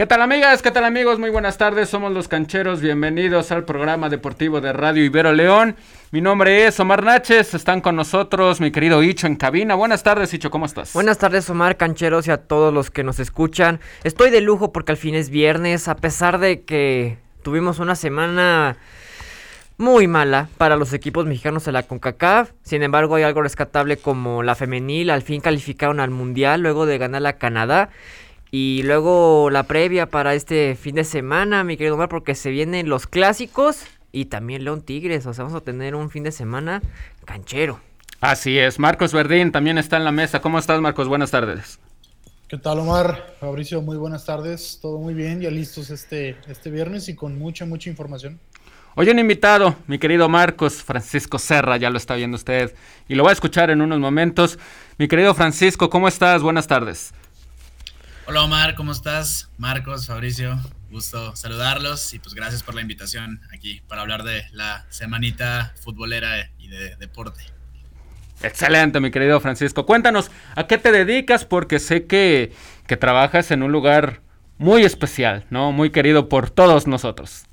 ¿Qué tal amigas? ¿Qué tal amigos? Muy buenas tardes, somos los Cancheros, bienvenidos al programa deportivo de Radio Ibero León. Mi nombre es Omar Náchez, están con nosotros mi querido Icho en cabina. Buenas tardes, Icho, ¿cómo estás? Buenas tardes, Omar, Cancheros, y a todos los que nos escuchan. Estoy de lujo porque al fin es viernes, a pesar de que tuvimos una semana muy mala para los equipos mexicanos de la CONCACAF. Sin embargo, hay algo rescatable como la femenil, al fin calificaron al Mundial luego de ganar a Canadá. Y luego la previa para este fin de semana, mi querido Omar, porque se vienen los clásicos y también León Tigres. O sea, vamos a tener un fin de semana canchero. Así es, Marcos Verdín también está en la mesa. ¿Cómo estás, Marcos? Buenas tardes. ¿Qué tal, Omar? Fabricio, muy buenas tardes. Todo muy bien, ya listos este viernes y con mucha información. Hoy un invitado, mi querido Marcos Francisco Serra, ya lo está viendo usted y lo va a escuchar en unos momentos. Mi querido Francisco, ¿cómo estás? Buenas tardes. Hola Omar, ¿cómo estás? Marcos, Fabricio, gusto saludarlos y pues gracias por la invitación aquí para hablar de la semanita futbolera y de deporte. Excelente, mi querido Francisco. Cuéntanos, ¿a qué te dedicas? Porque sé que trabajas en un lugar muy especial, ¿no? Muy querido por todos nosotros.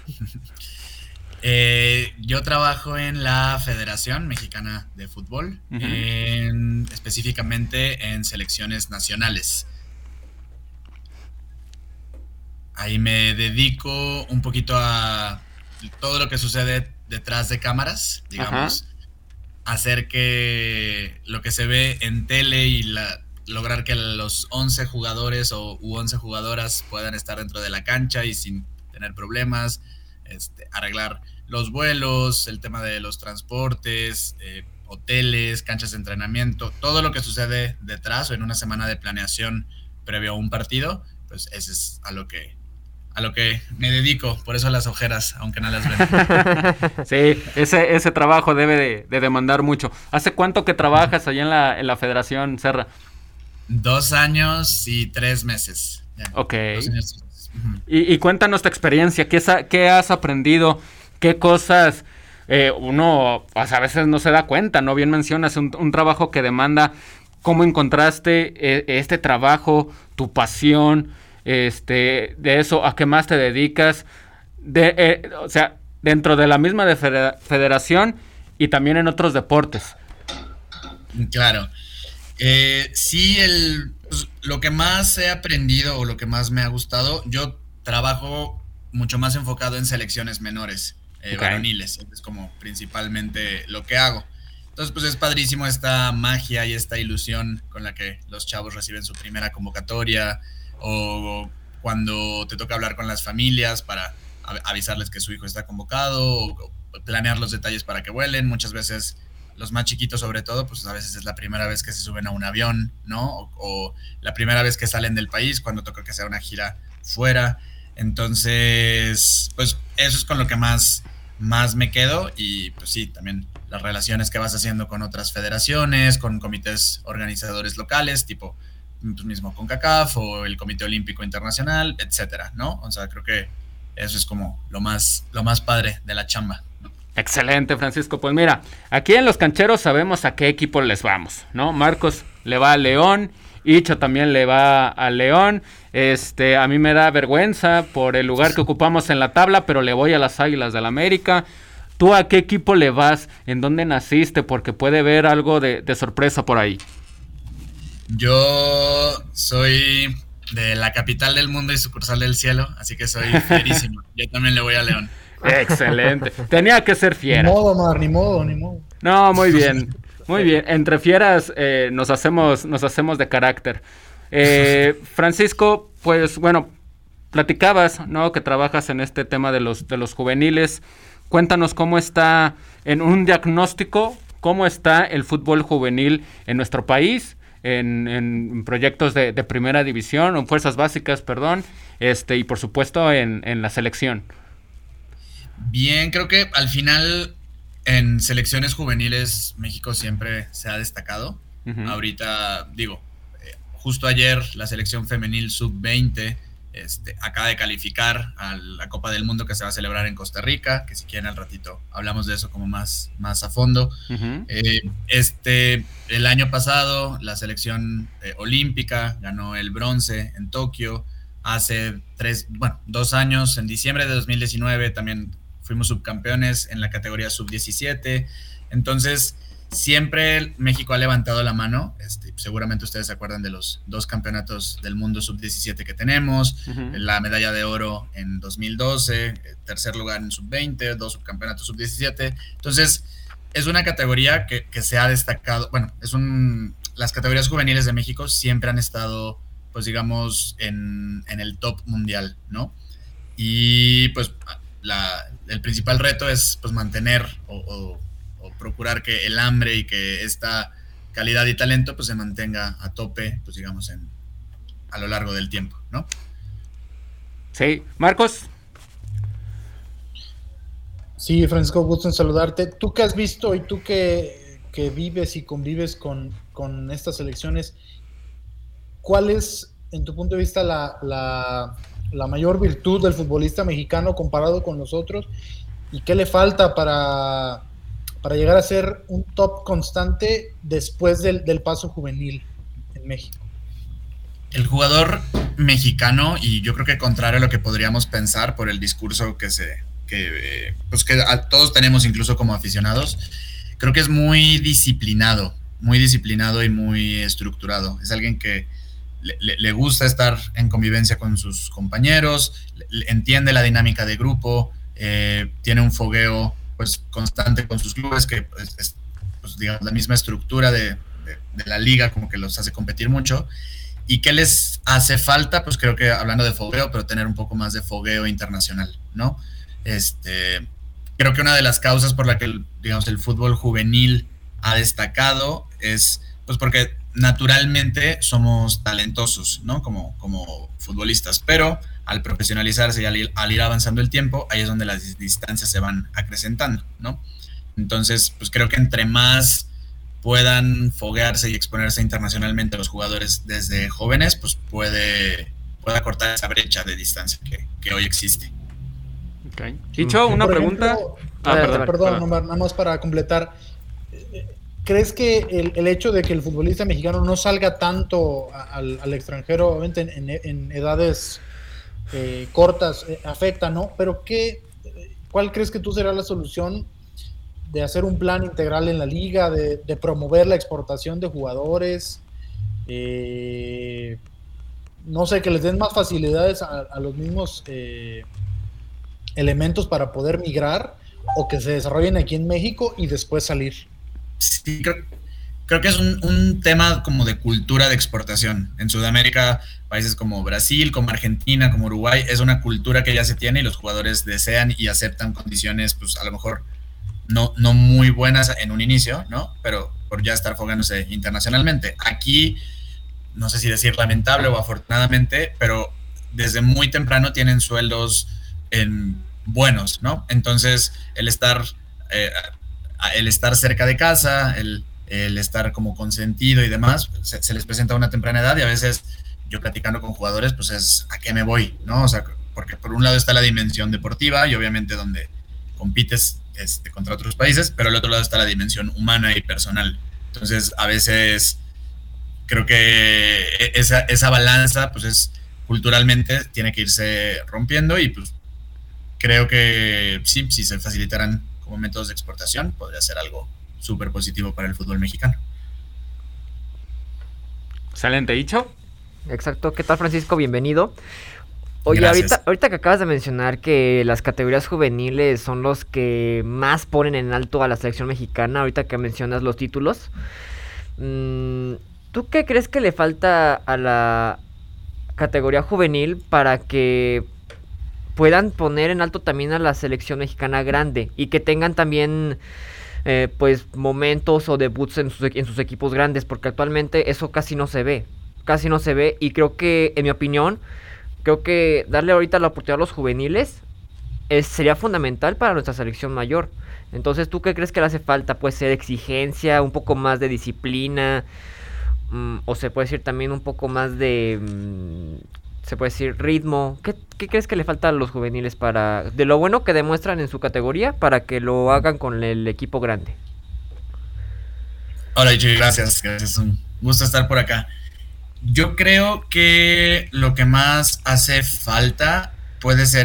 Yo trabajo en la Federación Mexicana de Fútbol, específicamente en selecciones nacionales. Ahí me dedico un poquito a todo lo que sucede detrás de cámaras, digamos, hacer que lo que se ve en tele y lograr que los 11 jugadores u 11 jugadoras puedan estar dentro de la cancha y sin tener problemas, arreglar los vuelos, el tema de los transportes, hoteles, canchas de entrenamiento, todo lo que sucede detrás o en una semana de planeación previo a un partido, pues ese es a lo que me dedico, por eso las ojeras, aunque no las ven. Sí, ese trabajo debe de demandar mucho. ¿Hace cuánto que trabajas allá en la Federación, Serra? 2 años y 3 meses. Ya, ok. 2 años y 3 meses. Y cuéntanos tu experiencia, ¿qué has aprendido? ¿Qué cosas uno a veces no se da cuenta, ¿no? Bien mencionas un trabajo que demanda. ¿Cómo encontraste este trabajo, tu pasión? De eso, ¿a qué más te dedicas? O sea, dentro de la misma federación y también en otros deportes. Claro. Sí, pues, lo que más he aprendido o lo que más me ha gustado, yo trabajo mucho más enfocado en selecciones menores, varoniles, es como principalmente lo que hago. Entonces, pues es padrísimo esta magia y esta ilusión con la que los chavos reciben su primera convocatoria, o cuando te toca hablar con las familias para avisarles que su hijo está convocado, o planear los detalles para que vuelen. Muchas veces los más chiquitos, sobre todo, pues a veces es la primera vez que se suben a un avión, ¿no? O la primera vez que salen del país cuando toca que sea una gira fuera. Entonces, pues eso es con lo que más me quedo. Y pues sí, también las relaciones que vas haciendo con otras federaciones, con comités organizadores locales, tipo pues mismo CONCACAF o el Comité Olímpico Internacional, etcétera, ¿no? O sea, creo que eso es como lo más padre de la chamba, ¿no? Excelente, Francisco. Pues mira, aquí en Los Cancheros sabemos a qué equipo les vamos, ¿no? Marcos le va a León, Icho también le va a León. A mí me da vergüenza por el lugar que ocupamos en la tabla, pero le voy a las Águilas del América. ¿Tú a qué equipo le vas? ¿En dónde naciste? Porque puede haber algo de sorpresa por ahí. Yo soy de la capital del mundo y sucursal del cielo, así que soy fierísimo. Yo también le voy a León. Excelente. Tenía que ser fiera. Ni modo, Omar, ni modo. No, muy bien. Muy bien. Entre fieras nos hacemos de carácter. Francisco, pues bueno, platicabas, ¿no? Que trabajas en este tema de los juveniles. Cuéntanos cómo está, en un diagnóstico, cómo está el fútbol juvenil en nuestro país. En proyectos de primera división, o en fuerzas básicas, perdón, y por supuesto en la selección. Bien, creo que al final en selecciones juveniles México siempre se ha destacado. Ahorita, justo ayer la selección femenil sub-20 acaba de calificar a la Copa del Mundo que se va a celebrar en Costa Rica, que si quieren al ratito hablamos de eso como más a fondo. El año pasado la selección olímpica ganó el bronce en Tokio, hace 2 años, en diciembre de 2019, también fuimos subcampeones en la categoría sub-17. Entonces, siempre México ha levantado la mano. Seguramente ustedes se acuerdan de los 2 campeonatos del mundo sub-17 que tenemos, la medalla de oro en 2012, tercer lugar en sub-20, 2 subcampeonatos sub-17. Entonces, es una categoría que se ha destacado. Bueno, las categorías juveniles de México siempre han estado, pues digamos, en el top mundial, ¿no? Y pues el principal reto es pues mantener o procurar que el hambre y que esta calidad y talento pues se mantenga a tope, pues digamos, a lo largo del tiempo, ¿no? Sí, Marcos. Sí, Francisco, gusto en saludarte. Tú que has visto y tú que vives y convives con estas selecciones, ¿cuál es, en tu punto de vista, la mayor virtud del futbolista mexicano comparado con los otros? ¿Y qué le falta para llegar a ser un top constante después del paso juvenil en México? El jugador mexicano, y yo creo que contrario a lo que podríamos pensar por el discurso que todos tenemos incluso como aficionados, creo que es muy disciplinado y muy estructurado. Es alguien que le gusta estar en convivencia con sus compañeros, entiende la dinámica de grupo, tiene un fogueo pues constante con sus clubes, que es pues, digamos, la misma estructura de la liga, como que los hace competir mucho. ¿Y qué les hace falta? Pues creo que, hablando de fogueo, pero tener un poco más de fogueo internacional, ¿no? Creo que una de las causas por la que digamos, el fútbol juvenil ha destacado es pues porque naturalmente somos talentosos, ¿no? Como futbolistas, pero al profesionalizarse y al ir avanzando el tiempo, ahí es donde las distancias se van acrecentando, ¿no? Entonces, pues creo que entre más puedan foguearse y exponerse internacionalmente los jugadores desde jóvenes, pues pueda cortar esa brecha de distancia que hoy existe. Okay. Chicho, una pregunta. Perdón, nada más para completar. ¿Crees que el hecho de que el futbolista mexicano no salga tanto al extranjero, obviamente en edades cortas, afecta, ¿no? Pero ¿cuál crees que tú será la solución de hacer un plan integral en la liga, de promover la exportación de jugadores? No sé, que les den más facilidades a los mismos elementos para poder migrar, o que se desarrollen aquí en México y después salir. Sí, creo que es un tema como de cultura de exportación. En Sudamérica, países como Brasil, como Argentina, como Uruguay, es una cultura que ya se tiene y los jugadores desean y aceptan condiciones, pues a lo mejor no muy buenas en un inicio, ¿no? Pero por ya estar fogándose internacionalmente. Aquí, no sé si decir lamentable o afortunadamente, pero desde muy temprano tienen sueldos buenos, ¿no? Entonces, el estar cerca de casa, el estar como consentido y demás, se les presenta a una temprana edad, y a veces yo platicando con jugadores, pues es ¿a qué me voy? ¿No? O sea, porque por un lado está la dimensión deportiva y obviamente donde compites contra otros países, pero al otro lado está la dimensión humana y personal. Entonces, a veces creo que esa balanza, pues culturalmente tiene que irse rompiendo, y pues creo que sí, si se facilitaran como métodos de exportación, podría ser algo súper positivo para el fútbol mexicano. Excelente, dicho. Exacto. ¿Qué tal, Francisco? Bienvenido. Oye, ahorita que acabas de mencionar que las categorías juveniles son los que más ponen en alto a la selección mexicana, ahorita que mencionas los títulos, ¿tú qué crees que le falta a la categoría juvenil para que puedan poner en alto también a la selección mexicana grande y que tengan también pues momentos o debuts en sus equipos grandes? Porque actualmente eso casi no se ve, y creo que, en mi opinión, creo que darle ahorita la oportunidad a los juveniles sería fundamental para nuestra selección mayor. Entonces, ¿tú qué crees que le hace falta? ¿Puede ser exigencia, un poco más de disciplina, o se puede decir también un poco más de se puede decir ritmo? ¿Qué crees que le falta a los juveniles de lo bueno que demuestran en su categoría, para que lo hagan con el equipo grande? Hola, Ichi, gracias, es un gusto estar por acá. Yo creo que lo que más hace falta puede ser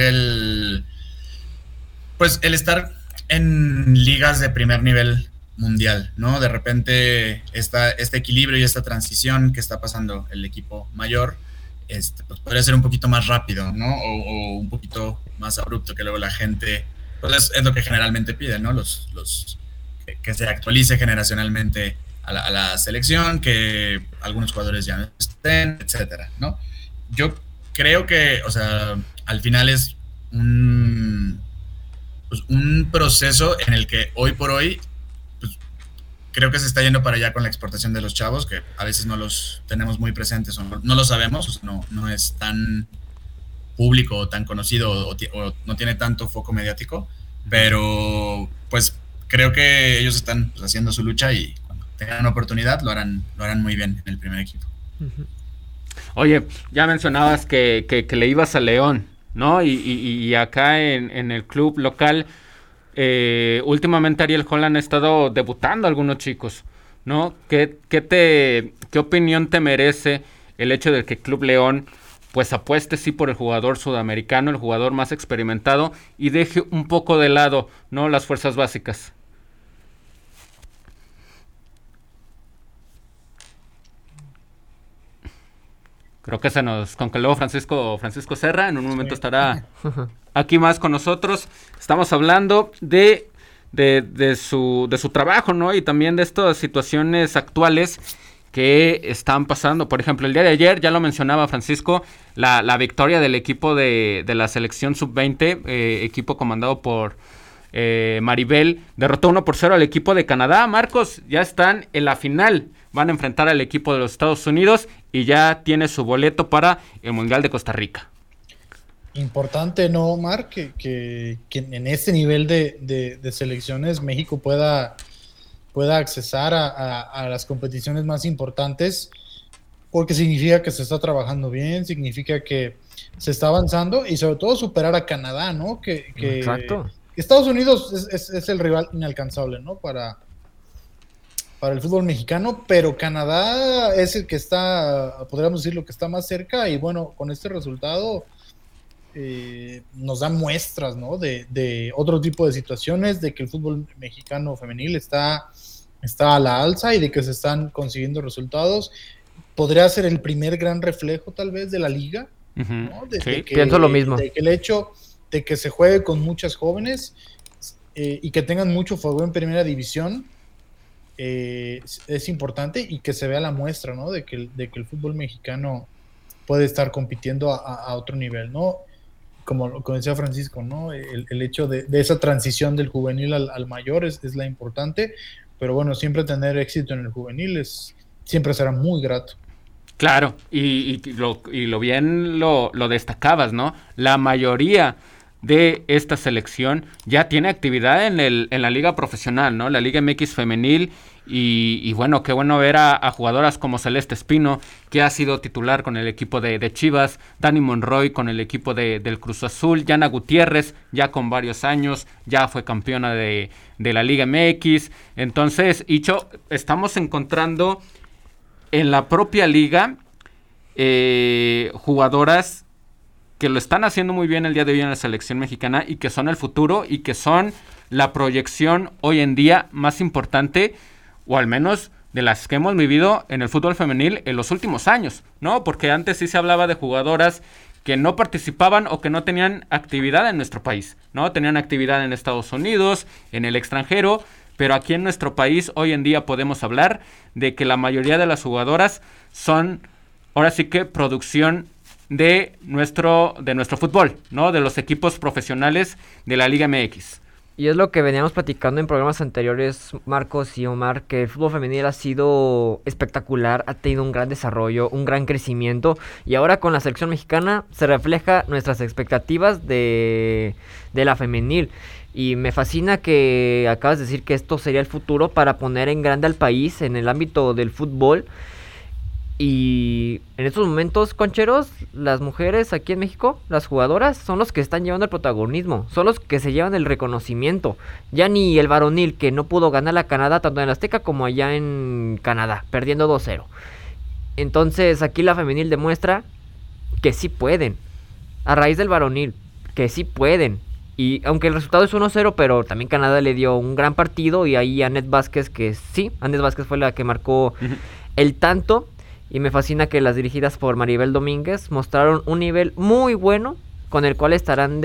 pues el estar en ligas de primer nivel mundial, ¿no? De repente este equilibrio y esta transición que está pasando el equipo mayor, pues podría ser un poquito más rápido, ¿no? O un poquito más abrupto, que luego la gente, pues es lo que generalmente pide, ¿no? Que se actualice generacionalmente a la selección, que algunos jugadores ya no estén, etcétera, ¿no? Yo creo que, o sea, al final es un proceso en el que hoy por hoy pues, creo que se está yendo para allá con la exportación de los chavos, que a veces no los tenemos muy presentes o no lo sabemos, o sea, no es tan público o tan conocido o no tiene tanto foco mediático, pero pues creo que ellos están pues, haciendo su lucha y cuando tengan oportunidad lo harán muy bien en el primer equipo. Oye, ya mencionabas que le ibas a León, ¿no? Y acá en el club local, últimamente Ariel Holland ha estado debutando a algunos chicos, ¿no? ¿Qué opinión te merece el hecho de que Club León pues apueste sí por el jugador sudamericano, el jugador más experimentado, y deje un poco de lado, ¿no?, las fuerzas básicas? Creo que se nos congeló Francisco Serra. En un momento estará aquí más con nosotros. Estamos hablando de su trabajo, ¿no? Y también de estas situaciones actuales que están pasando. Por ejemplo, el día de ayer, ya lo mencionaba Francisco, la victoria del equipo de la selección sub-20, equipo comandado por Maribel, derrotó 1-0 al equipo de Canadá. Marcos, ya están en la final. Van a enfrentar al equipo de los Estados Unidos y ya tiene su boleto para el Mundial de Costa Rica. Importante, ¿no, Omar? Que en este nivel de selecciones México pueda accesar a las competiciones más importantes, porque significa que se está trabajando bien, significa que se está avanzando y sobre todo superar a Canadá, ¿no? Exacto. Estados Unidos es el rival inalcanzable, ¿no? Para el fútbol mexicano, pero Canadá es el que está, podríamos decir, lo que está más cerca, y bueno, con este resultado nos da muestras, ¿no? De otro tipo de situaciones, de que el fútbol mexicano femenil está a la alza y de que se están consiguiendo resultados. Podría ser el primer gran reflejo, tal vez, de la liga, ¿no? Sí, pienso lo mismo. De que el hecho de que se juegue con muchas jóvenes y que tengan mucho fuego en primera división, es importante, y que se vea la muestra, ¿no? De que el fútbol mexicano puede estar compitiendo a otro nivel, ¿no? Como decía Francisco, ¿no? El hecho de esa transición del juvenil al mayor es la importante, pero bueno, siempre tener éxito en el juvenil siempre será muy grato. Claro, y lo bien lo destacabas, ¿no? La mayoría de esta selección ya tiene actividad en la liga profesional, ¿no? La Liga MX femenil, y bueno, qué bueno ver a jugadoras como Celeste Espino, que ha sido titular con el equipo de Chivas, Dani Monroy con el equipo del Cruz Azul, Yana Gutiérrez, ya con varios años, ya fue campeona de la Liga MX. Entonces, Icho, estamos encontrando en la propia liga jugadoras que lo están haciendo muy bien el día de hoy en la selección mexicana, y que son el futuro y que son la proyección hoy en día más importante, o al menos de las que hemos vivido en el fútbol femenil en los últimos años, ¿no? Porque antes sí se hablaba de jugadoras que no participaban o que no tenían actividad en nuestro país, ¿no? Tenían actividad en Estados Unidos, en el extranjero, pero aquí en nuestro país hoy en día podemos hablar de que la mayoría de las jugadoras son, ahora sí que, producción de nuestro fútbol, ¿no? De los equipos profesionales de la Liga MX. Y es lo que veníamos platicando en programas anteriores, Marcos y Omar, que el fútbol femenil ha sido espectacular, ha tenido un gran desarrollo, un gran crecimiento, y ahora con la selección mexicana se refleja nuestras expectativas de la femenil. Y me fascina que acabas de decir que esto sería el futuro para poner en grande al país en el ámbito del fútbol. Y en estos momentos, concheros, las mujeres aquí en México, las jugadoras, son los que están llevando el protagonismo, son los que se llevan el reconocimiento. Ya ni el varonil, que no pudo ganar a Canadá tanto en Azteca como allá en Canadá, perdiendo 2-0. Entonces aquí la femenil demuestra que sí pueden. A raíz del varonil, que sí pueden. Y aunque el resultado es 1-0, pero también Canadá le dio un gran partido. Y ahí Annette Vázquez, Annette Vázquez fue la que marcó el tanto. Y me fascina que las dirigidas por Maribel Domínguez mostraron un nivel muy bueno, con el cual estarán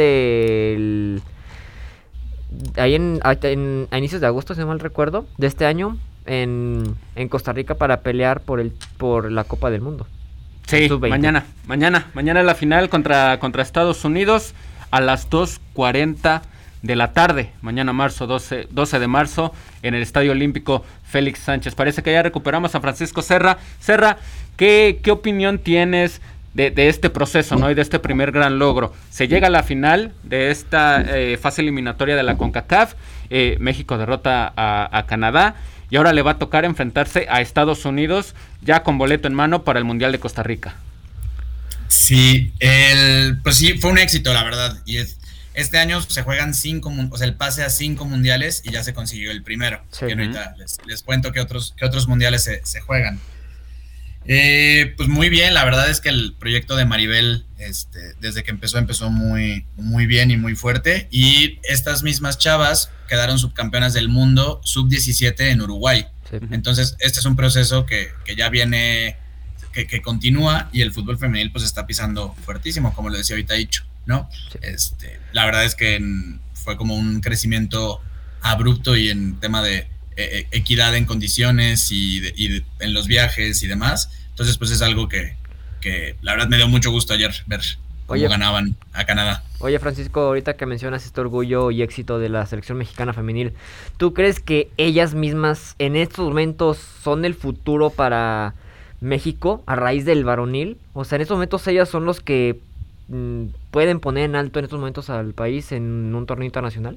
ahí a inicios de agosto, si no mal recuerdo, de este año, en Costa Rica para pelear por la Copa del Mundo. Sí, mañana es la final contra Estados Unidos a las 2:40 de la tarde, mañana 12 de marzo, en el Estadio Olímpico Félix Sánchez. Parece que ya recuperamos a Francisco Serra. Serra, ¿qué opinión tienes de este proceso, ¿no? Y de este primer gran logro? Se llega a la final de esta fase eliminatoria de la CONCACAF. México derrota a Canadá y ahora le va a tocar enfrentarse a Estados Unidos ya con boleto en mano para el Mundial de Costa Rica. Sí, pues sí, fue un éxito, la verdad. Y este año se juegan el pase a 5 mundiales y ya se consiguió el primero. Sí. Que ahorita les cuento que otros mundiales se juegan. Pues muy bien, la verdad es que el proyecto de Maribel, desde que empezó muy, muy bien y muy fuerte. Y estas mismas chavas quedaron subcampeonas del mundo sub-17 en Uruguay. Sí. Entonces, este es un proceso que ya viene, que continúa, y el fútbol femenil pues está pisando fuertísimo, como lo decía ahorita Icho, ¿no? Sí. La verdad es que fue como un crecimiento abrupto y en tema de equidad en condiciones y en los viajes y demás. Entonces pues es algo que la verdad me dio mucho gusto ayer ver cómo ganaban a Canadá. Oye, Francisco, ahorita que mencionas este orgullo y éxito de la selección mexicana femenil, ¿tú crees que ellas mismas en estos momentos son el futuro para México a raíz del varonil? O sea, en estos momentos ellas son los que pueden poner en alto en estos momentos al país en un torneo internacional.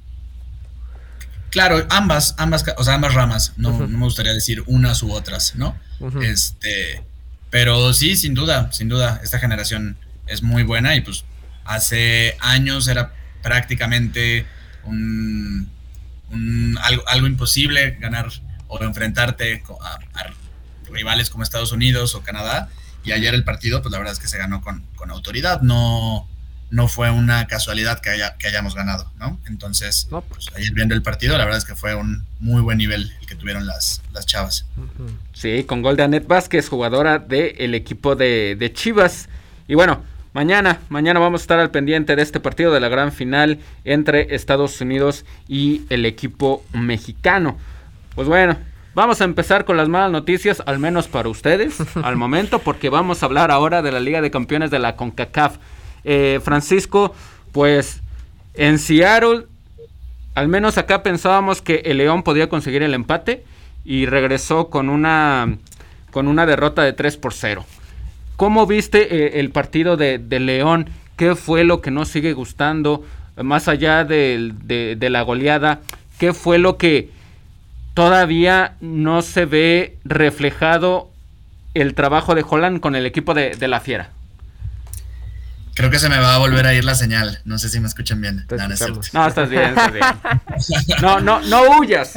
Claro, ambas ramas, no me gustaría decir unas u otras, ¿no? Uh-huh. Pero sí, sin duda, esta generación es muy buena y pues hace años era prácticamente algo imposible ganar o enfrentarte a rivales como Estados Unidos o Canadá, y ayer el partido, pues la verdad es que se ganó con autoridad, no fue una casualidad que hayamos ganado, ¿no? Entonces, pues ayer viendo el partido, la verdad es que fue un muy buen nivel el que tuvieron las chavas. Sí, con gol de Annette Vázquez, jugadora del equipo de Chivas. Y bueno, mañana vamos a estar al pendiente de este partido de la gran final entre Estados Unidos y el equipo mexicano. Pues bueno, vamos a empezar con las malas noticias, al menos para ustedes, al momento, porque vamos a hablar ahora de la Liga de Campeones de la CONCACAF. Francisco, pues en Seattle, al menos acá pensábamos que el León podía conseguir el empate y regresó con una derrota de 3-0. ¿Cómo viste el partido de León? ¿Qué fue lo que no sigue gustando? Más allá de la goleada, ¿qué fue lo que todavía no se ve reflejado el trabajo de Holland con el equipo de la Fiera? Creo que se me va a volver a ir la señal. No sé si me escuchan bien. No, estás bien. No huyas.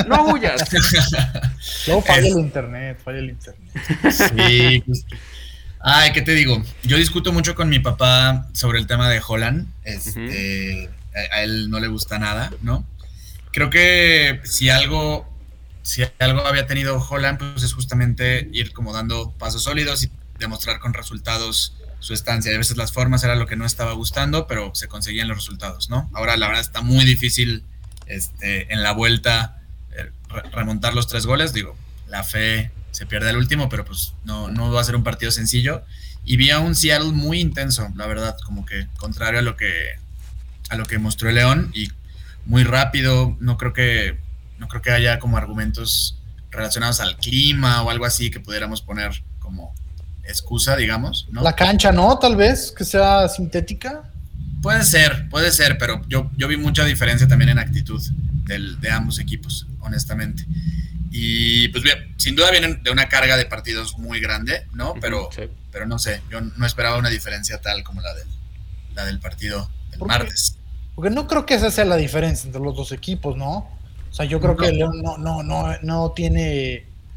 No, falla el internet. Sí, pues, ¿qué te digo? Yo discuto mucho con mi papá sobre el tema de Holland. A él no le gusta nada, ¿no? Creo que si algo había tenido Holland, pues es justamente ir como dando pasos sólidos y demostrar con resultados su estancia. Y a veces las formas era lo que no estaba gustando, pero se conseguían los resultados, ¿no? Ahora la verdad está muy difícil en la vuelta remontar los 3 goles. Digo, la fe se pierde al último, pero pues no va a ser un partido sencillo. Y vi a un Seattle muy intenso, la verdad, como que contrario a lo que mostró el León, y muy rápido. No creo que haya como argumentos relacionados al clima o algo así que pudiéramos poner como excusa, digamos, ¿no? La cancha, ¿no? Tal vez, que sea sintética. Puede ser, pero yo vi mucha diferencia también en actitud de ambos equipos, honestamente. Y pues bien, sin duda vienen de una carga de partidos muy grande, ¿no? Pero no sé, yo no esperaba una diferencia tal como la del partido del martes. Porque no creo que esa sea la diferencia entre los dos equipos, ¿no? O sea, yo creo que el León no tiene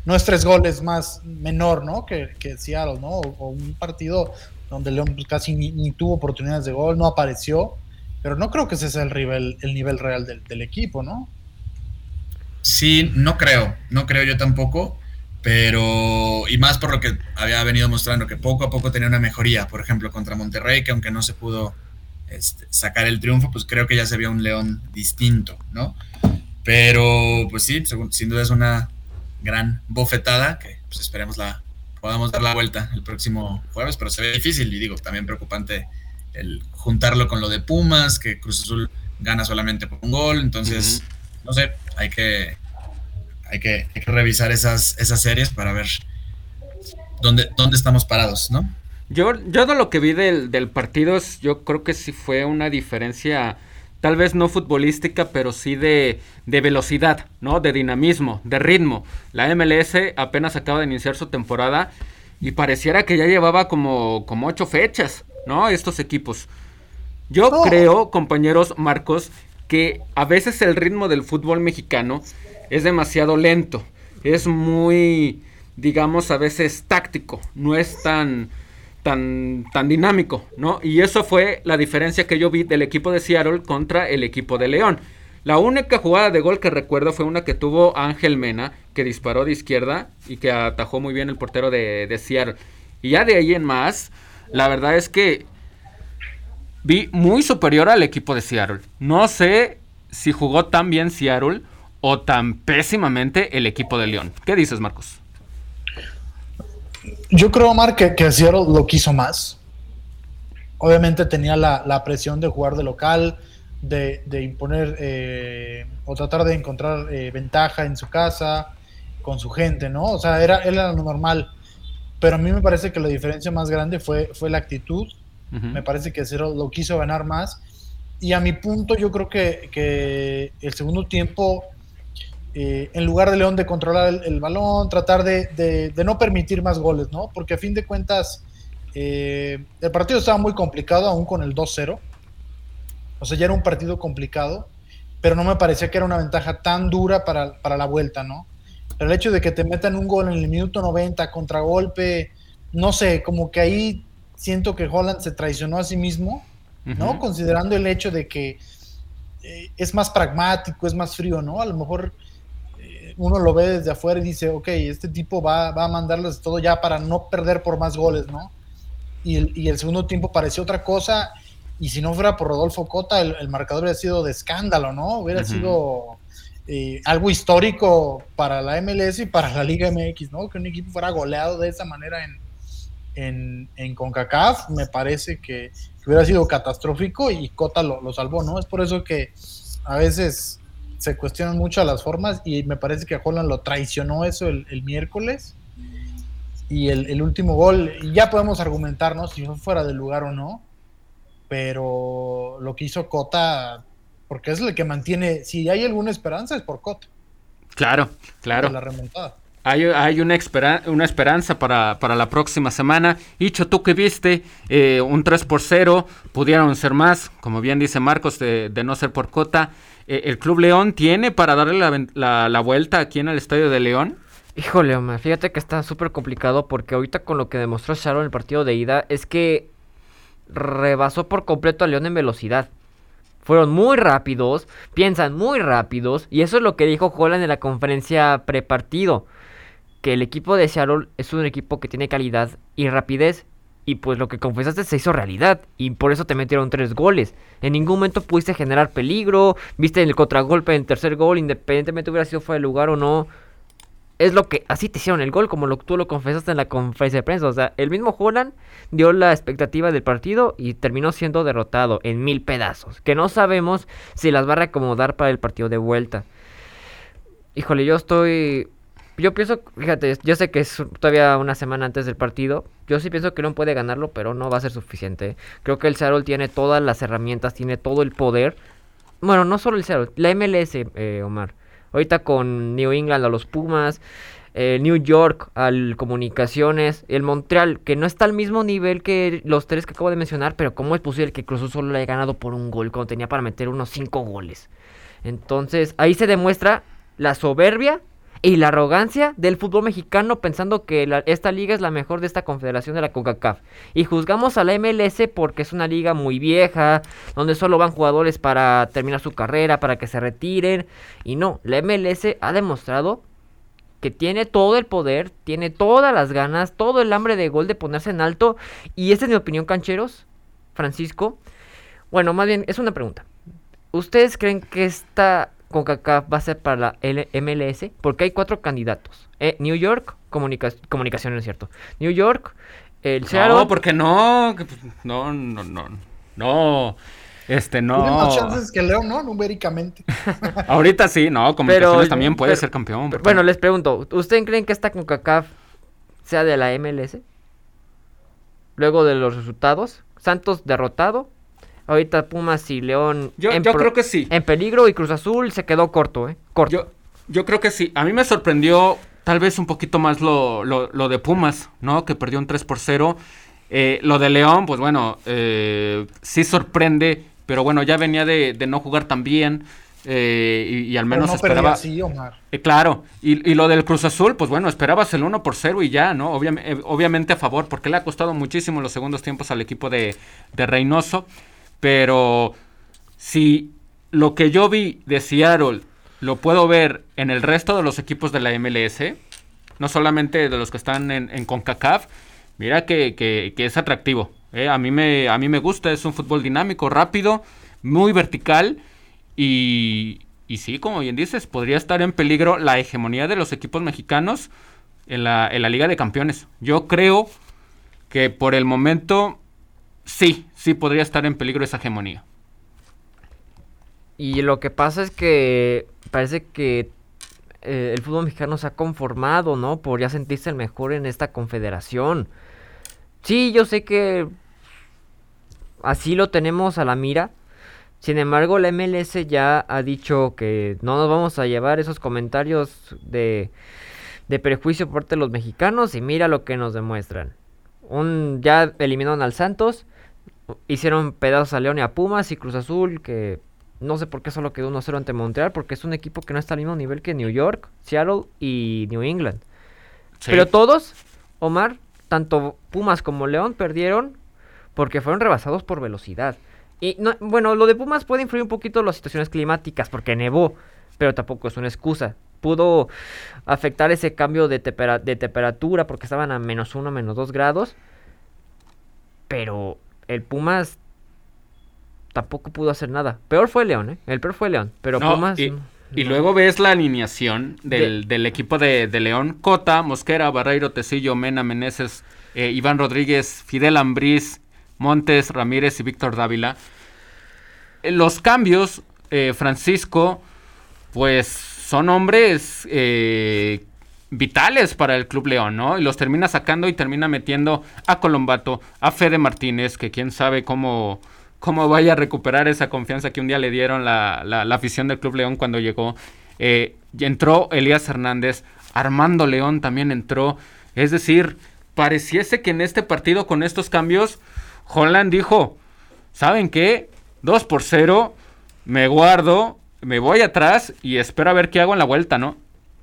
no es 3 goles más menor, ¿no? Que Seattle, ¿no? O un partido donde León pues, casi ni tuvo oportunidades de gol, no apareció, pero no creo que ese sea el nivel real del equipo, ¿no? Sí, no creo yo tampoco, pero, y más por lo que había venido mostrando, que poco a poco tenía una mejoría, por ejemplo, contra Monterrey, que aunque no se pudo sacar el triunfo, pues creo que ya se vio un León distinto, ¿no? Pero, pues sí, sin duda es una gran bofetada, que pues esperemos podamos dar la vuelta el próximo jueves, pero se ve difícil y digo, también preocupante el juntarlo con lo de Pumas, que Cruz Azul gana solamente por un gol, entonces, no sé, hay que revisar esas series para ver dónde estamos parados, ¿no? Yo de lo que vi del partido, yo creo que sí fue una diferencia, tal vez no futbolística, pero sí de velocidad, ¿no? De dinamismo, de ritmo. La MLS apenas acaba de iniciar su temporada y pareciera que ya llevaba como 8 fechas, ¿no? Estos equipos. Yo creo, compañeros Marcos, que a veces el ritmo del fútbol mexicano es demasiado lento, es muy, digamos, a veces táctico, no es tan dinámico, ¿no? Y eso fue la diferencia que yo vi del equipo de Seattle contra el equipo de León. La única jugada de gol que recuerdo fue una que tuvo Ángel Mena, que disparó de izquierda y que atajó muy bien el portero de Seattle. Y ya de ahí en más, la verdad es que vi muy superior al equipo de Seattle. No sé si jugó tan bien Seattle o tan pésimamente el equipo de León. ¿Qué dices, Marcos? Yo creo, Omar, que Seattle lo quiso más. Obviamente tenía la presión de jugar de local, de imponer o tratar de encontrar ventaja en su casa, con su gente, ¿no? O sea, era lo normal. Pero a mí me parece que la diferencia más grande fue la actitud. Me parece que Seattle lo quiso ganar más. Y a mi punto, yo creo que el segundo tiempo, en lugar de León de controlar el balón, tratar de no permitir más goles, ¿no? Porque a fin de cuentas, el partido estaba muy complicado, aún con el 2-0. O sea, ya era un partido complicado, pero no me parecía que era una ventaja tan dura para la vuelta, ¿no? Pero el hecho de que te metan un gol en el minuto 90, contragolpe, no sé, como que ahí siento que Holland se traicionó a sí mismo, ¿no? Considerando el hecho de que es más pragmático, es más frío, ¿no? A lo mejor uno lo ve desde afuera y dice, ok, este tipo va a mandarles todo ya para no perder por más goles, ¿no? Y el segundo tiempo pareció otra cosa, y si no fuera por Rodolfo Cota, el marcador hubiera sido de escándalo, ¿no? Hubiera sido algo histórico para la MLS y para la Liga MX, ¿no? Que un equipo fuera goleado de esa manera en CONCACAF, me parece que hubiera sido catastrófico, y Cota lo salvó, ¿no? Es por eso que a veces se cuestionan mucho las formas, y me parece que a Holland lo traicionó eso el miércoles, y el último gol, y ya podemos argumentarnos si fue fuera de lugar o no, pero lo que hizo Cota, porque es el que mantiene, si hay alguna esperanza es por Cota. Claro. Por la remontada. Hay una esperanza para la próxima semana. Icho, tú que viste un 3-0, pudieron ser más, como bien dice Marcos, de no ser por Cota. ¿El Club León tiene para darle la vuelta aquí en el Estadio de León? Híjole, Omar, fíjate que está súper complicado, porque ahorita con lo que demostró Sharon en el partido de ida es que rebasó por completo a León en velocidad. Fueron muy rápidos, piensan muy rápidos, y eso es lo que dijo Holland en la conferencia prepartido, que el equipo de Seattle es un equipo que tiene calidad y rapidez, y pues lo que confesaste se hizo realidad, y por eso te metieron 3 goles. En ningún momento pudiste generar peligro, viste el contragolpe en el tercer gol, independientemente hubiera sido fuera de lugar o no. Es lo que, así te hicieron el gol, como tú lo confesaste en la conferencia de prensa. O sea, el mismo Holland dio la expectativa del partido y terminó siendo derrotado en 1000 pedazos, que no sabemos si las va a reacomodar para el partido de vuelta. Híjole, yo pienso, fíjate, yo sé que es todavía una semana antes del partido. Yo sí pienso que León puede ganarlo, pero no va a ser suficiente. Creo que el Seattle tiene todas las herramientas, tiene todo el poder. Bueno, no solo el Seattle, la MLS, Omar. Ahorita con New England a los Pumas, New York al Comunicaciones, el Montreal, que no está al mismo nivel que los 3 que acabo de mencionar, pero ¿cómo es posible que Cruz Azul solo le haya ganado por un gol cuando tenía para meter unos 5 goles? Entonces, ahí se demuestra la soberbia y la arrogancia del fútbol mexicano pensando que esta liga es la mejor de esta confederación de la CONCACAF. Y juzgamos a la MLS porque es una liga muy vieja, donde solo van jugadores para terminar su carrera, para que se retiren. Y no, la MLS ha demostrado que tiene todo el poder, tiene todas las ganas, todo el hambre de gol de ponerse en alto. Y esta es mi opinión, cancheros, Francisco. Bueno, más bien, es una pregunta. ¿Ustedes creen que esta CONCACAF va a ser para la MLS? Porque hay 4 candidatos. New York, comunicación, no es cierto. New York, el Seattle... No, porque no. No. No. Tiene más chances que León, ¿no? Numéricamente. Ahorita sí, no. Comunicaciones también puede ser campeón. Bueno, les pregunto. ¿Ustedes creen que esta CONCACAF sea de la MLS? Luego de los resultados. Santos derrotado. Ahorita Pumas y León yo creo que sí. En peligro, y Cruz Azul se quedó corto, corto. Yo creo que sí. A mí me sorprendió tal vez un poquito más lo de Pumas, ¿no? Que perdió un 3-0. Lo de León, pues bueno, sí sorprende, pero bueno, ya venía de no jugar tan bien. Y al menos no esperaba así, Omar. Claro, y lo del Cruz Azul, pues bueno, esperabas el 1-0 y ya, ¿no? Obviamente a favor, porque le ha costado muchísimo los segundos tiempos al equipo de Reynoso. Pero si lo que yo vi de Seattle lo puedo ver en el resto de los equipos de la MLS, no solamente de los que están en CONCACAF, mira que es atractivo. A mí me gusta, es un fútbol dinámico, rápido, muy vertical y sí, como bien dices, podría estar en peligro la hegemonía de los equipos mexicanos en la Liga de Campeones. Yo creo que por el momento... Sí podría estar en peligro esa hegemonía. Y lo que pasa es que parece que el fútbol mexicano se ha conformado, ¿no? Por ya sentirse el mejor en esta confederación. Sí, yo sé que así lo tenemos a la mira. Sin embargo, la MLS ya ha dicho que no nos vamos a llevar esos comentarios de prejuicio por parte de los mexicanos. Y mira lo que nos demuestran. Ya eliminaron al Santos. Hicieron pedazos a León y a Pumas y Cruz Azul, que no sé por qué solo quedó 1-0 ante Montreal, porque es un equipo que no está al mismo nivel que New York, Seattle y New England. Sí. Pero todos, Omar, tanto Pumas como León perdieron porque fueron rebasados por velocidad. Y no, bueno, lo de Pumas puede influir un poquito las situaciones climáticas, porque nevó, pero tampoco es una excusa. Pudo afectar ese cambio de temperatura porque estaban a -1, -2 grados, pero... el Pumas tampoco pudo hacer nada. Peor fue León, El peor fue León. Pero no, Pumas... Y luego ves la alineación del equipo de León. Cota, Mosquera, Barreiro, Tecillo, Mena, Meneses, Iván Rodríguez, Fidel Ambriz, Montes, Ramírez y Víctor Dávila. Los cambios, Francisco, pues son hombres... vitales para el Club León, ¿no? Y los termina sacando y termina metiendo a Colombato, a Fede Martínez, que quién sabe cómo vaya a recuperar esa confianza que un día le dieron la afición del Club León cuando llegó. Entró Elías Hernández, Armando León también entró. Es decir, pareciese que en este partido con estos cambios, Holland dijo, ¿saben qué? 2-0, me guardo, me voy atrás y espero a ver qué hago en la vuelta, ¿no?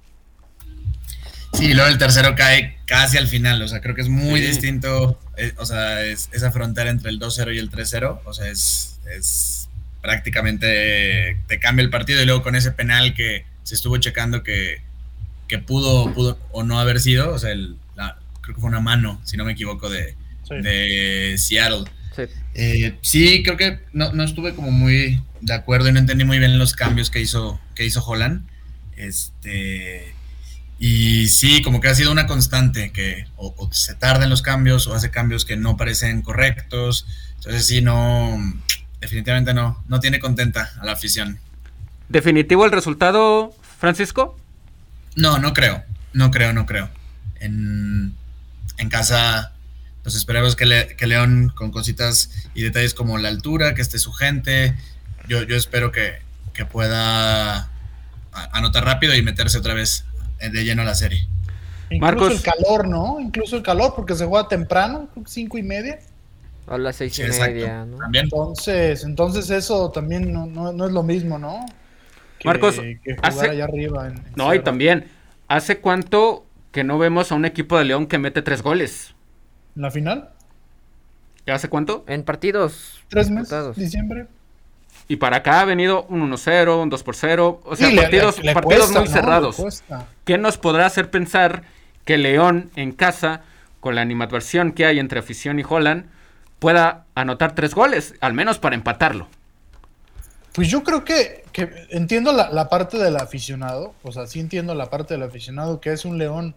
Sí, luego el tercero cae casi al final, o sea, creo que es muy distinto, o sea, es esa frontera entre el 2-0 y el 3-0, o sea, es prácticamente te cambia el partido y luego con ese penal que se estuvo checando que pudo o no haber sido, o sea, creo que fue una mano, si no me equivoco, de Seattle. Sí. Sí, creo que no estuve como muy de acuerdo y no entendí muy bien los cambios que hizo Holland, y sí, como que ha sido una constante que o se tarda en los cambios o hace cambios que no parecen correctos. Entonces sí, definitivamente no tiene contenta a la afición. ¿Definitivo el resultado, Francisco? No creo. En casa, pues esperemos que León, con cositas y detalles como la altura, que esté su gente, yo espero que pueda anotar rápido y meterse otra vez de lleno a la serie. Incluso Marcos, el calor, ¿no? Incluso el calor, porque se juega temprano, 5:30. A las 6:30, ¿no? También. Entonces eso también no es lo mismo, ¿no? Marcos, que jugar allá arriba. No, y también ¿hace cuánto que no vemos a un equipo de León que mete 3 goles? ¿En la final? ¿Hace cuánto? En partidos 3 disputados. meses, diciembre. Y para acá ha venido un 1-0, un 2-0, o sea, Sí, partidos le partidos cuesta, muy ¿no? cerrados. Le cuesta. ¿Qué nos podrá hacer pensar que León en casa, con la animadversión que hay entre afición y Holland, pueda anotar 3 goles, al menos para empatarlo? Pues yo creo que entiendo la parte del aficionado, o sea, sí entiendo la parte del aficionado, que es un León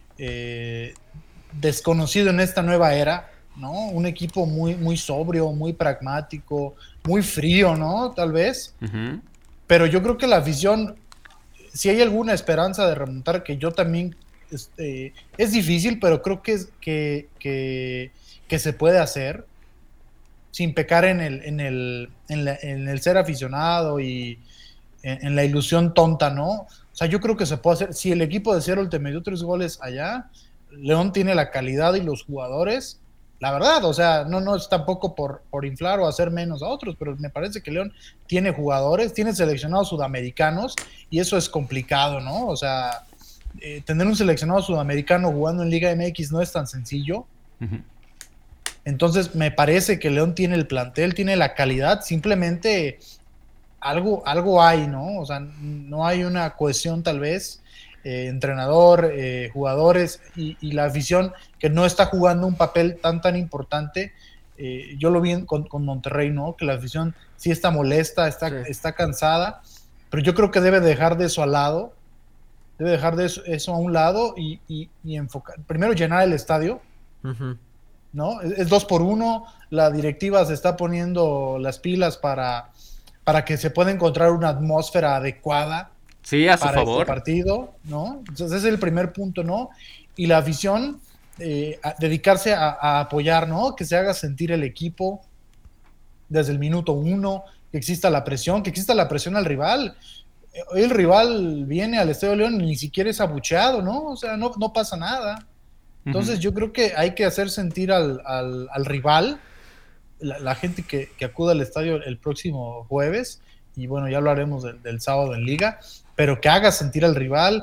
desconocido en esta nueva era, ¿no? Un equipo muy, muy sobrio, muy pragmático, muy frío, ¿no? Tal vez. Uh-huh. Pero yo creo que la afición, si hay alguna esperanza de remontar, que yo también, es difícil, pero creo que se puede hacer sin pecar en el ser aficionado y en la ilusión tonta, ¿no? O sea, yo creo que se puede hacer. Si el equipo de Seattle te metió 3 goles allá, León tiene la calidad y los jugadores, la verdad, o sea, no es tampoco por inflar o hacer menos a otros, pero me parece que León tiene jugadores, tiene seleccionados sudamericanos, y eso es complicado, ¿no? O sea, tener un seleccionado sudamericano jugando en Liga MX no es tan sencillo. Uh-huh. Entonces me parece que León tiene el plantel, tiene la calidad, simplemente algo hay, ¿no? O sea, no hay una cohesión tal vez, entrenador, jugadores y la afición, que no está jugando un papel tan importante. Yo lo vi con Monterrey, ¿no? Que la afición sí está molesta, está cansada, pero yo creo que debe dejar de eso al lado, debe dejar de eso a un lado y enfocar, primero llenar el estadio. Uh-huh. ¿No? Es 2-1, la directiva se está poniendo las pilas para que se pueda encontrar una atmósfera adecuada, sí, a su para favor, este partido, ¿no? Entonces ese es el primer punto, ¿no? Y la afición, dedicarse a apoyar, ¿no? Que se haga sentir el equipo desde el minuto 1, que exista la presión al rival. Hoy el rival viene al Estadio León y ni siquiera es abucheado, ¿no? O sea, no pasa nada. Entonces yo creo que hay que hacer sentir al rival, la gente que acuda al estadio el próximo jueves, y bueno, ya lo haremos del sábado en Liga, pero que haga sentir al rival,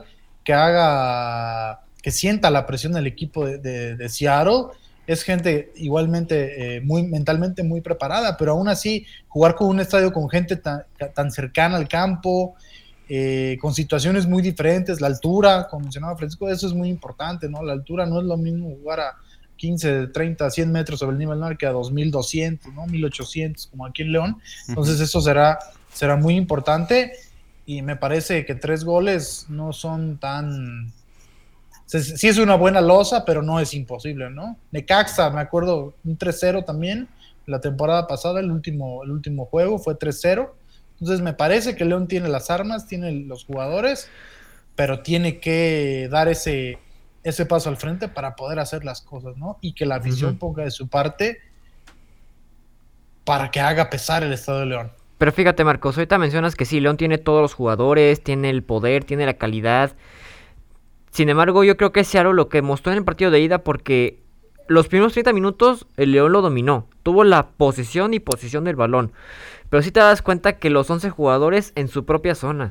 que sienta la presión del equipo de Seattle. Es gente igualmente mentalmente muy preparada, pero aún así jugar con un estadio con gente tan cercana al campo, con situaciones muy diferentes, la altura, como mencionaba Francisco, eso es muy importante, ¿no? La altura no es lo mismo jugar a 15, 30, 100 metros sobre el nivel del mar que a 2.200, ¿no? 1.800, como aquí en León. Entonces eso será muy importante, y me parece que 3 goles no son tan... Sí es una buena losa, pero no es imposible, ¿no? Necaxa, me acuerdo, un 3-0 también, la temporada pasada, el último juego fue 3-0. Entonces me parece que León tiene las armas, tiene los jugadores, pero tiene que dar ese paso al frente para poder hacer las cosas, ¿no? Y que la afición ponga de su parte para que haga pesar el Estado de León. Pero fíjate, Marcos, ahorita mencionas que sí, León tiene todos los jugadores, tiene el poder, tiene la calidad. Sin embargo, yo creo que es Seattle lo que mostró en el partido de ida, porque los primeros 30 minutos el León lo dominó, tuvo la posesión del balón. Pero sí te das cuenta que los 11 jugadores en su propia zona.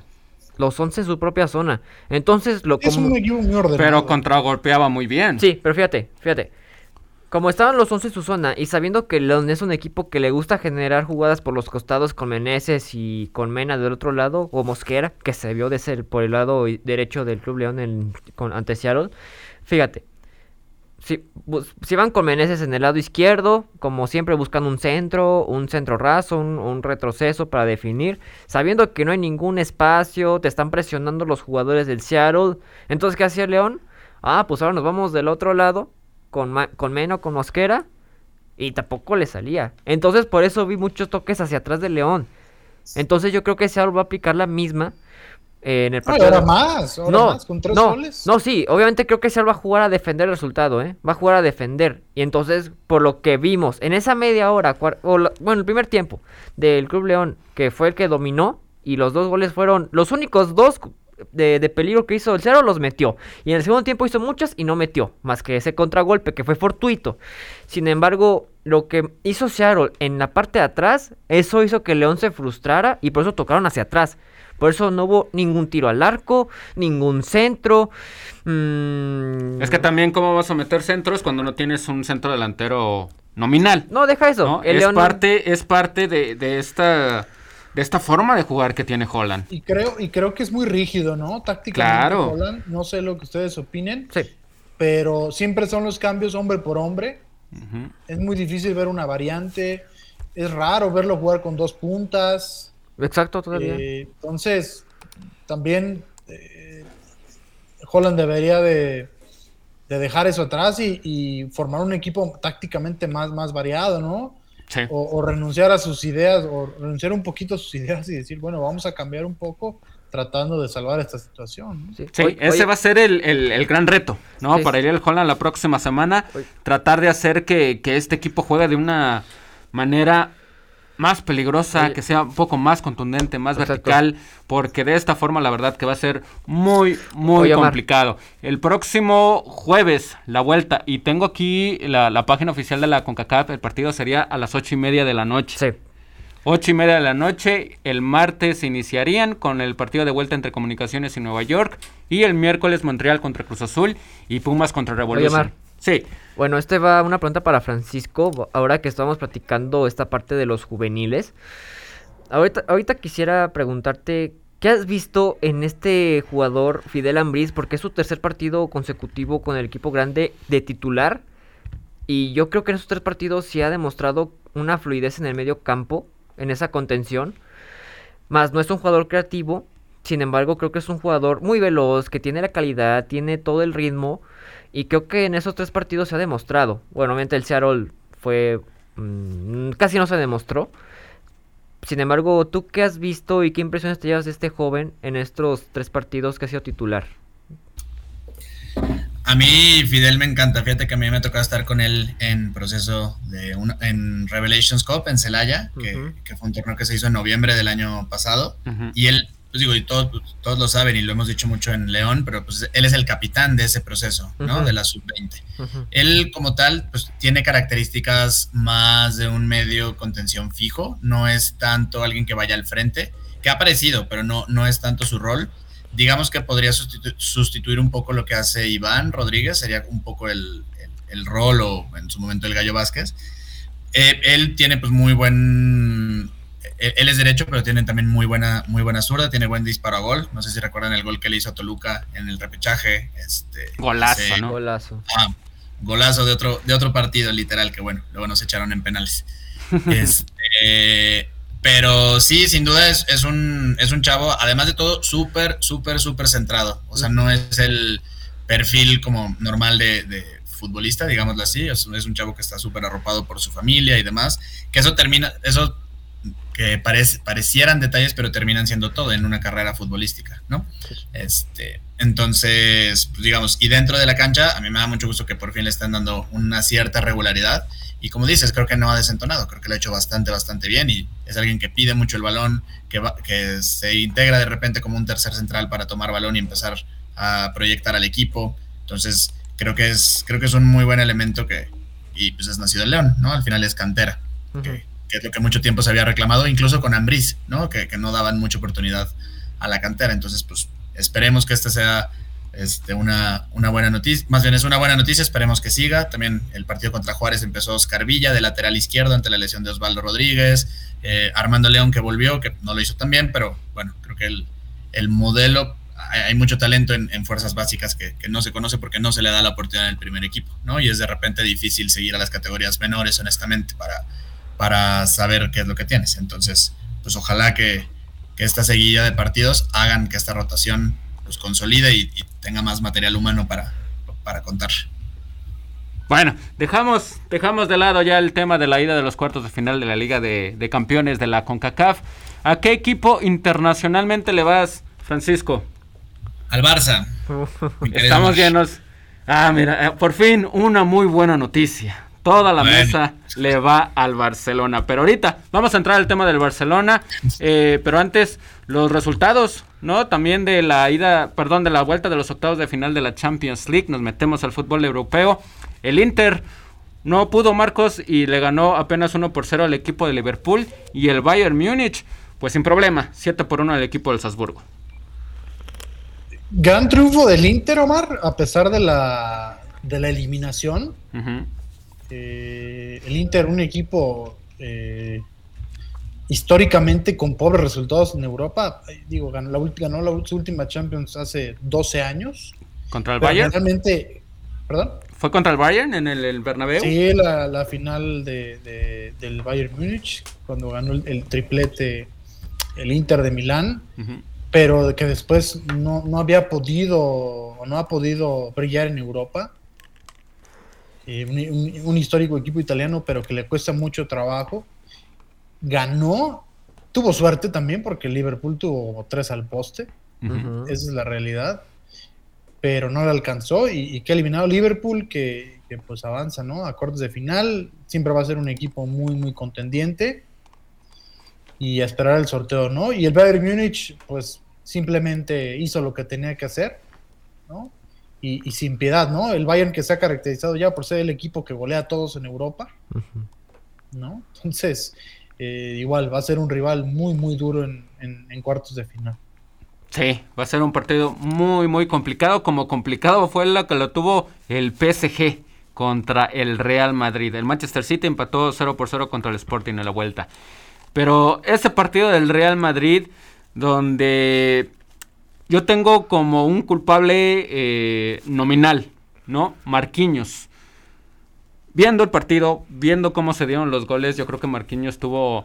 Entonces, es un equipo muy ordenado. Pero contragolpeaba muy bien. Sí, pero fíjate. Como estaban los 11 en su zona, y sabiendo que León es un equipo que le gusta generar jugadas por los costados con Meneses y con Mena del otro lado, o Mosquera, que se vio de ser por el lado derecho del Club León ante Seattle. Fíjate. Si van con Meneses en el lado izquierdo, como siempre buscan un centro raso, un retroceso para definir, sabiendo que no hay ningún espacio, te están presionando los jugadores del Seattle. Entonces, ¿qué hacía León? Pues ahora nos vamos del otro lado, con Mena o con Mosquera, y tampoco le salía. Entonces, por eso vi muchos toques hacia atrás de León. Entonces, yo creo que Seattle va a aplicar la misma en el partido. Ahora más, con 3 goles. No, sí, obviamente creo que Seattle va a jugar a defender el resultado, va a jugar a defender. Y entonces, por lo que vimos en esa media hora, el primer tiempo del Club León, que fue el que dominó, y los 2 goles fueron los únicos 2 de peligro que hizo el Seattle, los metió. Y en el segundo tiempo hizo muchos y no metió, más que ese contragolpe que fue fortuito. Sin embargo, lo que hizo Seattle en la parte de atrás, eso hizo que León se frustrara, y por eso tocaron hacia atrás. Por eso no hubo ningún tiro al arco, ningún centro. Es que también cómo vas a meter centros cuando no tienes un centro delantero nominal. No, deja eso. ¿No? El Es León parte de esta forma de jugar que tiene Holland. Y creo que es muy rígido, ¿no? Tácticamente Claro. Holland, no sé lo que ustedes opinen, Sí. pero siempre son los cambios hombre por hombre. Ujú. Es muy difícil ver una variante. Es raro verlo jugar con 2 puntas. Exacto, todavía. Entonces, también Holland debería de dejar eso atrás y formar un equipo tácticamente más variado, ¿no? Sí. O renunciar a sus ideas, o renunciar un poquito a sus ideas y decir, bueno, vamos a cambiar un poco tratando de salvar esta situación, ¿no? Sí, Sí, ese va a ser el gran reto, ¿no? Sí, Para Ariel Holland la próxima semana, tratar de hacer que este equipo juegue de una manera más peligrosa, Oye. que sea un poco más contundente, más Exacto. vertical, porque de esta forma la verdad que va a ser muy Oye, Omar. complicado. El próximo jueves, la vuelta, y tengo aquí la página oficial de la CONCACAF, el partido sería a las 8:30 de la noche. Sí. 8:30 de la noche, el martes iniciarían con el partido de vuelta entre Comunicaciones y Nueva York, y el miércoles Montreal contra Cruz Azul y Pumas contra Revolución. Omar. Sí, Bueno, va una pregunta para Francisco, ahora que estamos platicando esta parte de los juveniles. Ahorita quisiera preguntarte, ¿qué has visto en este jugador Fidel Ambriz? Porque es su tercer partido consecutivo con el equipo grande de titular. Y yo creo que en esos 3 partidos sí ha demostrado una fluidez en el medio campo, en esa contención. Más no es un jugador creativo, sin embargo creo que es un jugador muy veloz, que tiene la calidad, tiene todo el ritmo. Y creo que en esos 3 partidos se ha demostrado. Bueno, obviamente el Seattle fue... casi no se demostró. Sin embargo, ¿tú qué has visto y qué impresiones te llevas de este joven en estos 3 partidos que ha sido titular? A mí Fidel me encanta, fíjate que a mí me tocó estar con él en proceso en Revelations Cup en Celaya, que fue un torneo que se hizo en noviembre del año pasado, y él, pues digo, y todos lo saben y lo hemos dicho mucho en León, pero pues él es el capitán de ese proceso, ¿no? De la sub-20. Él como tal, pues tiene características más de un medio contención fijo, no es tanto alguien que vaya al frente, que ha aparecido, pero no es tanto su rol. Digamos que podría sustituir un poco lo que hace Iván Rodríguez, sería un poco el rol, o en su momento el Gallo Vázquez. Él tiene pues él es derecho, pero tiene también muy buena zurda, tiene buen disparo a gol. No sé si recuerdan el gol que le hizo a Toluca en el repechaje. Golazo, ¿no? Golazo. Golazo de otro partido, literal, que bueno, luego nos echaron en penales. Pero sí, sin duda es un chavo, además de todo, súper centrado. O sea, no es el perfil como normal de futbolista, digámoslo así. Es un chavo que está súper arropado por su familia y demás. Que eso que parecieran detalles, pero terminan siendo todo en una carrera futbolística, ¿no? Entonces, pues digamos, y dentro de la cancha, a mí me da mucho gusto que por fin le están dando una cierta regularidad. Y como dices, creo que no ha desentonado, creo que lo ha hecho bastante bien, y es alguien que pide mucho el balón, que se integra de repente como un tercer central para tomar balón y empezar a proyectar al equipo. Entonces creo que es un muy buen elemento y pues es nacido en León, ¿no? Al final es cantera, que es lo que mucho tiempo se había reclamado, incluso con Ambriz, ¿no? Que no daban mucha oportunidad a la cantera. Entonces pues esperemos que esta sea una buena noticia, más bien es una buena noticia, esperemos que siga. También el partido contra Juárez empezó Oscar Villa de lateral izquierdo ante la lesión de Osvaldo Rodríguez, Armando León, que volvió, que no lo hizo tan bien, pero bueno, creo que el modelo, hay mucho talento en fuerzas básicas que no se conoce porque no se le da la oportunidad en el primer equipo, ¿no? Y es de repente difícil seguir a las categorías menores, honestamente, para saber qué es lo que tienes. Entonces, pues ojalá que esta seguida de partidos hagan que esta rotación pues consolide y tenga más material humano para contar. Bueno, dejamos de lado ya el tema de la ida de los cuartos de final de la Liga de Campeones de la CONCACAF. ¿A qué equipo internacionalmente le vas, Francisco? Al Barça. Estamos llenos. Mira, por fin una muy buena noticia. Toda la mesa le va al Barcelona. Pero ahorita vamos a entrar al tema del Barcelona. Pero antes, los resultados, ¿no? También de la vuelta de los octavos de final de la Champions League. Nos metemos al fútbol europeo. El Inter no pudo, Marcos, y le ganó apenas 1-0 al equipo de Liverpool. Y el Bayern Múnich pues sin problema, 7-1 al equipo del Salzburgo. Gran triunfo del Inter, Omar, a pesar de la eliminación. Uh-huh. El Inter, un equipo históricamente con pobres resultados en Europa, digo, ganó su última Champions hace 12 años. ¿Contra el Bayern? Realmente, ¿perdón? ¿Fue contra el Bayern en el Bernabéu? Sí, la final del Bayern Múnich, cuando ganó el triplete el Inter de Milán, uh-huh. Pero que después no ha podido brillar en Europa. Un histórico equipo italiano, pero que le cuesta mucho trabajo. Ganó, tuvo suerte también, porque el Liverpool tuvo 3 al poste. Uh-huh. Esa es la realidad. Pero no le alcanzó, y que ha eliminado Liverpool, que pues avanza, ¿no? A cuartos de final, siempre va a ser un equipo muy, muy contendiente, y a esperar el sorteo, ¿no? Y el Bayern Múnich, pues, simplemente hizo lo que tenía que hacer, ¿no? Y sin piedad, ¿no? El Bayern, que se ha caracterizado ya por ser el equipo que golea a todos en Europa, ¿no? Entonces, igual, va a ser un rival muy, muy duro en cuartos de final. Sí, va a ser un partido muy, muy complicado, como complicado fue la que lo tuvo el PSG contra el Real Madrid. El Manchester City empató 0-0 contra el Sporting en la vuelta. Pero ese partido del Real Madrid, donde yo tengo como un culpable nominal, ¿no? Marquinhos. Viendo el partido, viendo cómo se dieron los goles, yo creo que Marquinhos tuvo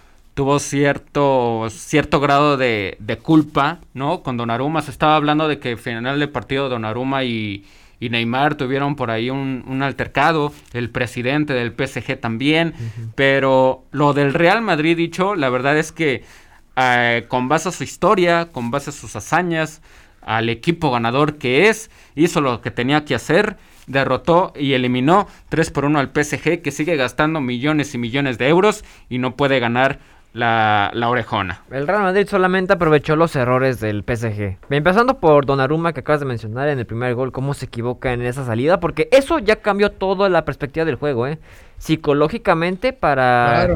cierto grado de culpa, ¿no? Con Donnarumma se estaba hablando de que al final del partido Donnarumma y Neymar tuvieron por ahí un altercado, el presidente del PSG también, uh-huh. Pero lo del Real Madrid, dicho, la verdad es que con base a su historia, con base a sus hazañas, al equipo ganador que es, hizo lo que tenía que hacer, derrotó y eliminó 3-1 al PSG, que sigue gastando millones y millones de euros y no puede ganar la orejona. El Real Madrid solamente aprovechó los errores del PSG. Empezando por Donnarumma, que acabas de mencionar en el primer gol, cómo se equivoca en esa salida, porque eso ya cambió toda la perspectiva del juego, psicológicamente para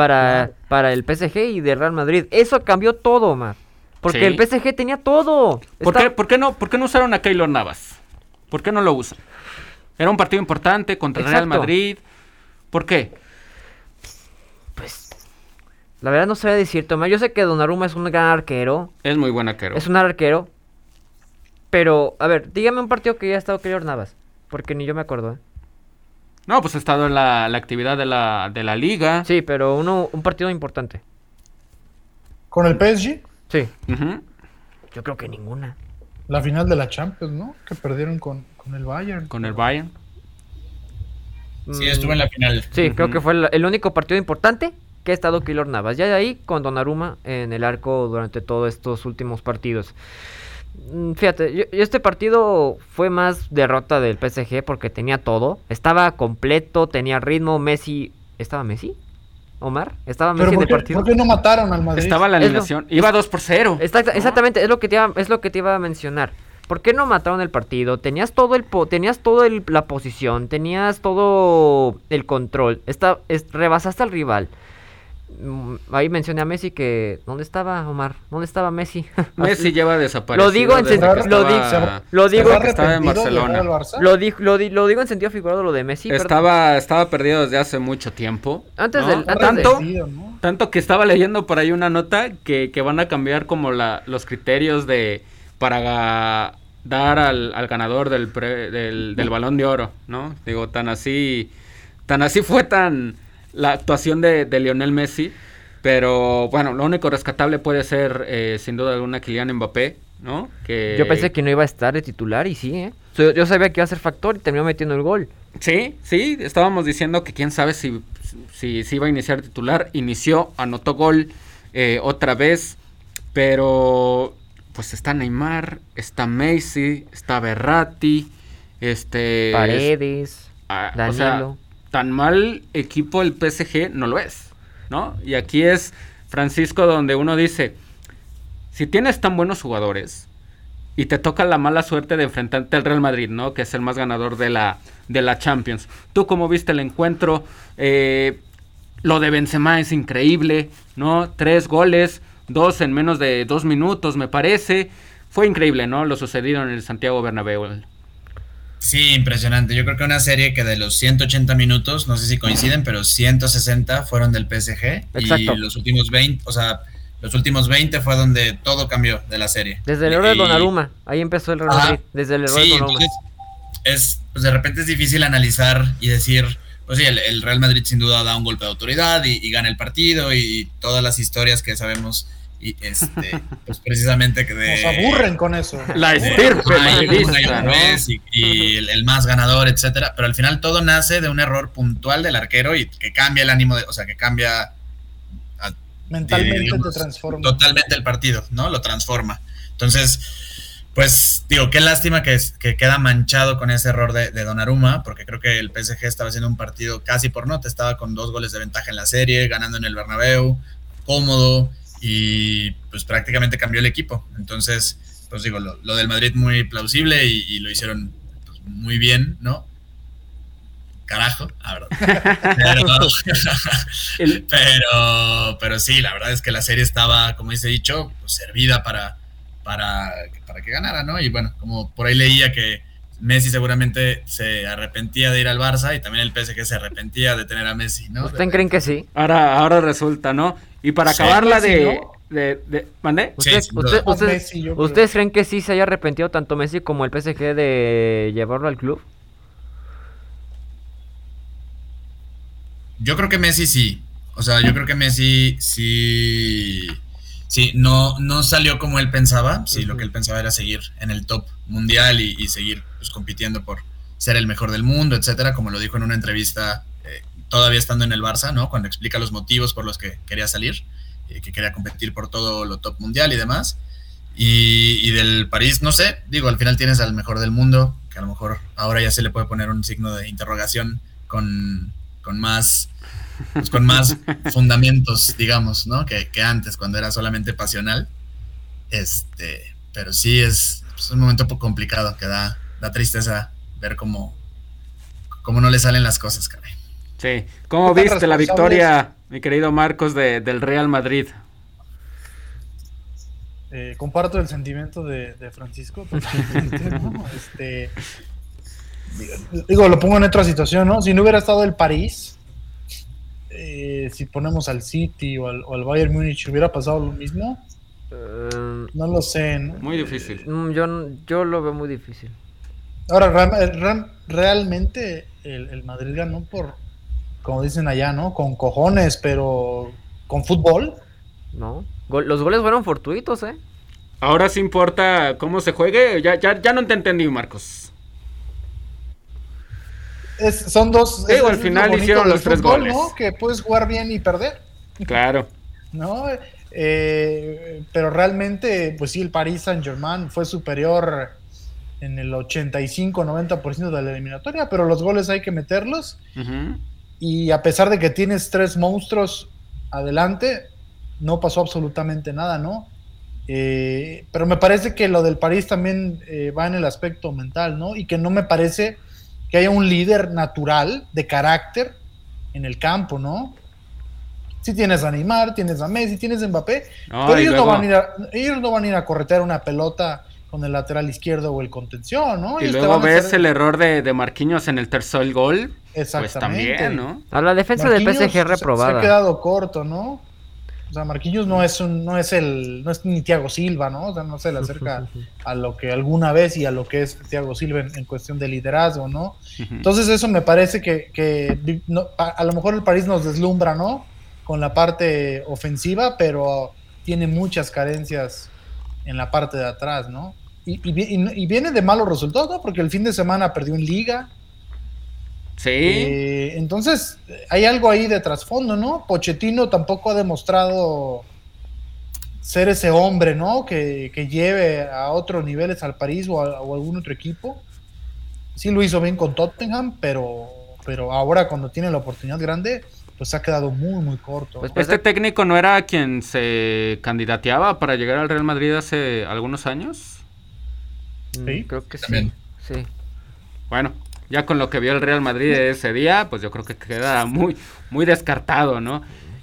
el PSG y del Real Madrid. Eso cambió todo, Omar. Porque sí. El PSG tenía todo. ¿Por qué no usaron a Keylor Navas? ¿Por qué no lo usan? Era un partido importante contra el Real Madrid. ¿Por qué? Pues, la verdad no sabía decirte, Omar. Yo sé que Donnarumma es un gran arquero. Es muy buen arquero. Es un arquero. Pero, a ver, dígame un partido que ya ha estado Keylor Navas. Porque ni yo me acuerdo, No, pues ha estado en la actividad de la liga. Sí, pero un partido importante. ¿Con el PSG? Sí. Uh-huh. Yo creo que ninguna. La final de la Champions, ¿no? Que perdieron con el Bayern. Con el Bayern. Sí, estuvo en la final. Sí, uh-huh. Creo que fue el único partido importante que ha estado Keylor Navas. Ya de ahí con Donnarumma en el arco durante todos estos últimos partidos. Fíjate, este partido fue más derrota del PSG porque tenía todo. Estaba completo, tenía ritmo. Messi... ¿Estaba Messi? ¿Omar? ¿Estaba Messi en el partido? ¿Por qué no mataron al Madrid? Estaba la alineación. Iba 2-0. Exactamente, es lo que te iba a mencionar. ¿Por qué no mataron el partido? Tenías todo la posición, tenías todo el control. Rebasaste al rival. Ahí mencioné a Messi que... ¿Dónde estaba, Omar? ¿Dónde estaba Messi? Messi lleva desaparecido. Lo digo en estaba en Barcelona. Lo digo en sentido figurado lo de Messi. Estaba perdido desde hace mucho tiempo. Tanto que estaba leyendo por ahí una nota que van a cambiar como los criterios para dar al ganador del Balón de Oro, ¿no? Digo, tan así fue la actuación de Lionel Messi, pero bueno, lo único rescatable puede ser sin duda alguna Kylian Mbappé, ¿no? Yo pensé que no iba a estar de titular y sí, Yo sabía que iba a ser factor y terminó metiendo el gol. Sí, estábamos diciendo que quién sabe si iba a iniciar titular, inició, anotó gol otra vez, pero pues está Neymar, está Messi, está Verratti, Paredes, Danilo. O sea, tan mal equipo el PSG no lo es, ¿no? Y aquí es, Francisco, donde uno dice, si tienes tan buenos jugadores y te toca la mala suerte de enfrentarte al Real Madrid, ¿no? Que es el más ganador de la Champions. ¿Tú cómo viste el encuentro? Lo de Benzema es increíble, ¿no? 3 goles, 2 en menos de 2 minutos, me parece. Fue increíble, ¿no? Lo sucedido en el Santiago Bernabéu. Sí, impresionante. Yo creo que una serie que de los 180 minutos, no sé si coinciden, pero 160 fueron del PSG. Exacto. Y los últimos 20, o sea, los últimos 20 fue donde todo cambió de la serie. Desde el error de Donnarumma, ahí empezó el Real Madrid, desde el error de Donnarumma. Entonces, pues de repente es difícil analizar y decir, pues sí, el Real Madrid sin duda da un golpe de autoridad y gana el partido y todas las historias que sabemos y pues precisamente que nos aburren con eso. La estirpe madridista, ¿no? Y el más ganador, etcétera, pero al final todo nace de un error puntual del arquero y que cambia el ánimo, o sea, que cambia mentalmente, digamos, te transforma totalmente el partido, ¿no? Lo transforma. Entonces, pues digo, qué lástima que queda manchado con ese error de Donnarumma, porque creo que el PSG estaba haciendo un partido casi por nota, estaba con 2 goles de ventaja en la serie, ganando en el Bernabéu, cómodo, y pues prácticamente cambió el equipo. Entonces, pues digo, lo del Madrid muy plausible y lo hicieron pues, muy bien, ¿no? Carajo, la verdad. Pero sí, la verdad es que la serie estaba, como dice dicho, pues, servida para que ganara, ¿no? Y bueno, como por ahí leía que Messi seguramente se arrepentía de ir al Barça y también el PSG se arrepentía de tener a Messi, ¿no? ¿Ustedes creen que sí? Ahora resulta, ¿no? Y para acabarla ¿mandé? ¿Ustedes creen que sí se haya arrepentido tanto Messi como el PSG de llevarlo al club? Yo creo que Messi sí. O sea, yo creo que Messi sí, no salió como él pensaba. Sí, lo que él pensaba era seguir en el top mundial y seguir pues, compitiendo por ser el mejor del mundo, etcétera, como lo dijo en una entrevista todavía estando en el Barça, ¿no? Cuando explica los motivos por los que quería salir, que quería competir por todo lo top mundial y demás. Y del París, no sé, digo, al final tienes al mejor del mundo, que a lo mejor ahora ya se le puede poner un signo de interrogación con más fundamentos, digamos, ¿no? Que antes, cuando era solamente pasional. Pero sí es un momento un poco complicado, que da tristeza ver cómo no le salen las cosas, caray. Sí. ¿Cómo viste la victoria, mi querido Marcos, del Real Madrid? Comparto el sentimiento de Francisco. ¿No? Digo, lo pongo en otra situación, ¿no? Si no hubiera estado el París, si ponemos al City o al Bayern Múnich, ¿hubiera pasado lo mismo? No lo sé, ¿no? Muy difícil. Yo lo veo muy difícil. Ahora, realmente el Madrid ganó por, como dicen allá, ¿no? Con cojones, pero con fútbol. No, los goles fueron fortuitos, ¿eh? Ahora sí importa cómo se juegue. Ya no te entendí, Marcos. Son dos. Digo, al final hicieron los 3 goles, ¿no? Que puedes jugar bien y perder. Claro. ¿No? Pero realmente, pues sí, el Paris Saint-Germain fue superior en el 85-90% de la eliminatoria, pero los goles hay que meterlos. Uh-huh. Y a pesar de que tienes 3 monstruos adelante, no pasó absolutamente nada, ¿no? Pero me parece que lo del París también va en el aspecto mental, ¿no? Y que no me parece que haya un líder natural de carácter en el campo, ¿no? Sí tienes a Neymar, tienes a Messi, tienes a Mbappé, pero ellos no van a ir a corretear una pelota con el lateral izquierdo o el contención, ¿no? Y luego ves el error de Marquinhos en el tercer gol. Exactamente. Pues también, ¿no? A la defensa del PSG reprobada. Se ha quedado corto, ¿no? O sea, Marquinhos no es ni Thiago Silva, ¿no? O sea, no se le acerca a lo que alguna vez y a lo que es Thiago Silva en cuestión de liderazgo, ¿no? Uh-huh. Entonces eso me parece que no, a lo mejor el París nos deslumbra, ¿no? Con la parte ofensiva, pero tiene muchas carencias en la parte de atrás, ¿no? Y viene de malos resultados, ¿no? Porque el fin de semana perdió en Liga. Sí. Entonces, hay algo ahí de trasfondo, ¿no? Pochettino tampoco ha demostrado ser ese hombre, ¿no? Que lleve a otros niveles al París o algún otro equipo. Sí lo hizo bien con Tottenham, pero ahora cuando tiene la oportunidad grande, pues ha quedado muy, muy corto. Pues ¿este técnico no era quien se candidateaba para llegar al Real Madrid hace algunos años? Sí, creo que también. Sí. Bueno, ya con lo que vio el Real Madrid ese día, pues yo creo que queda muy, muy descartado, ¿no?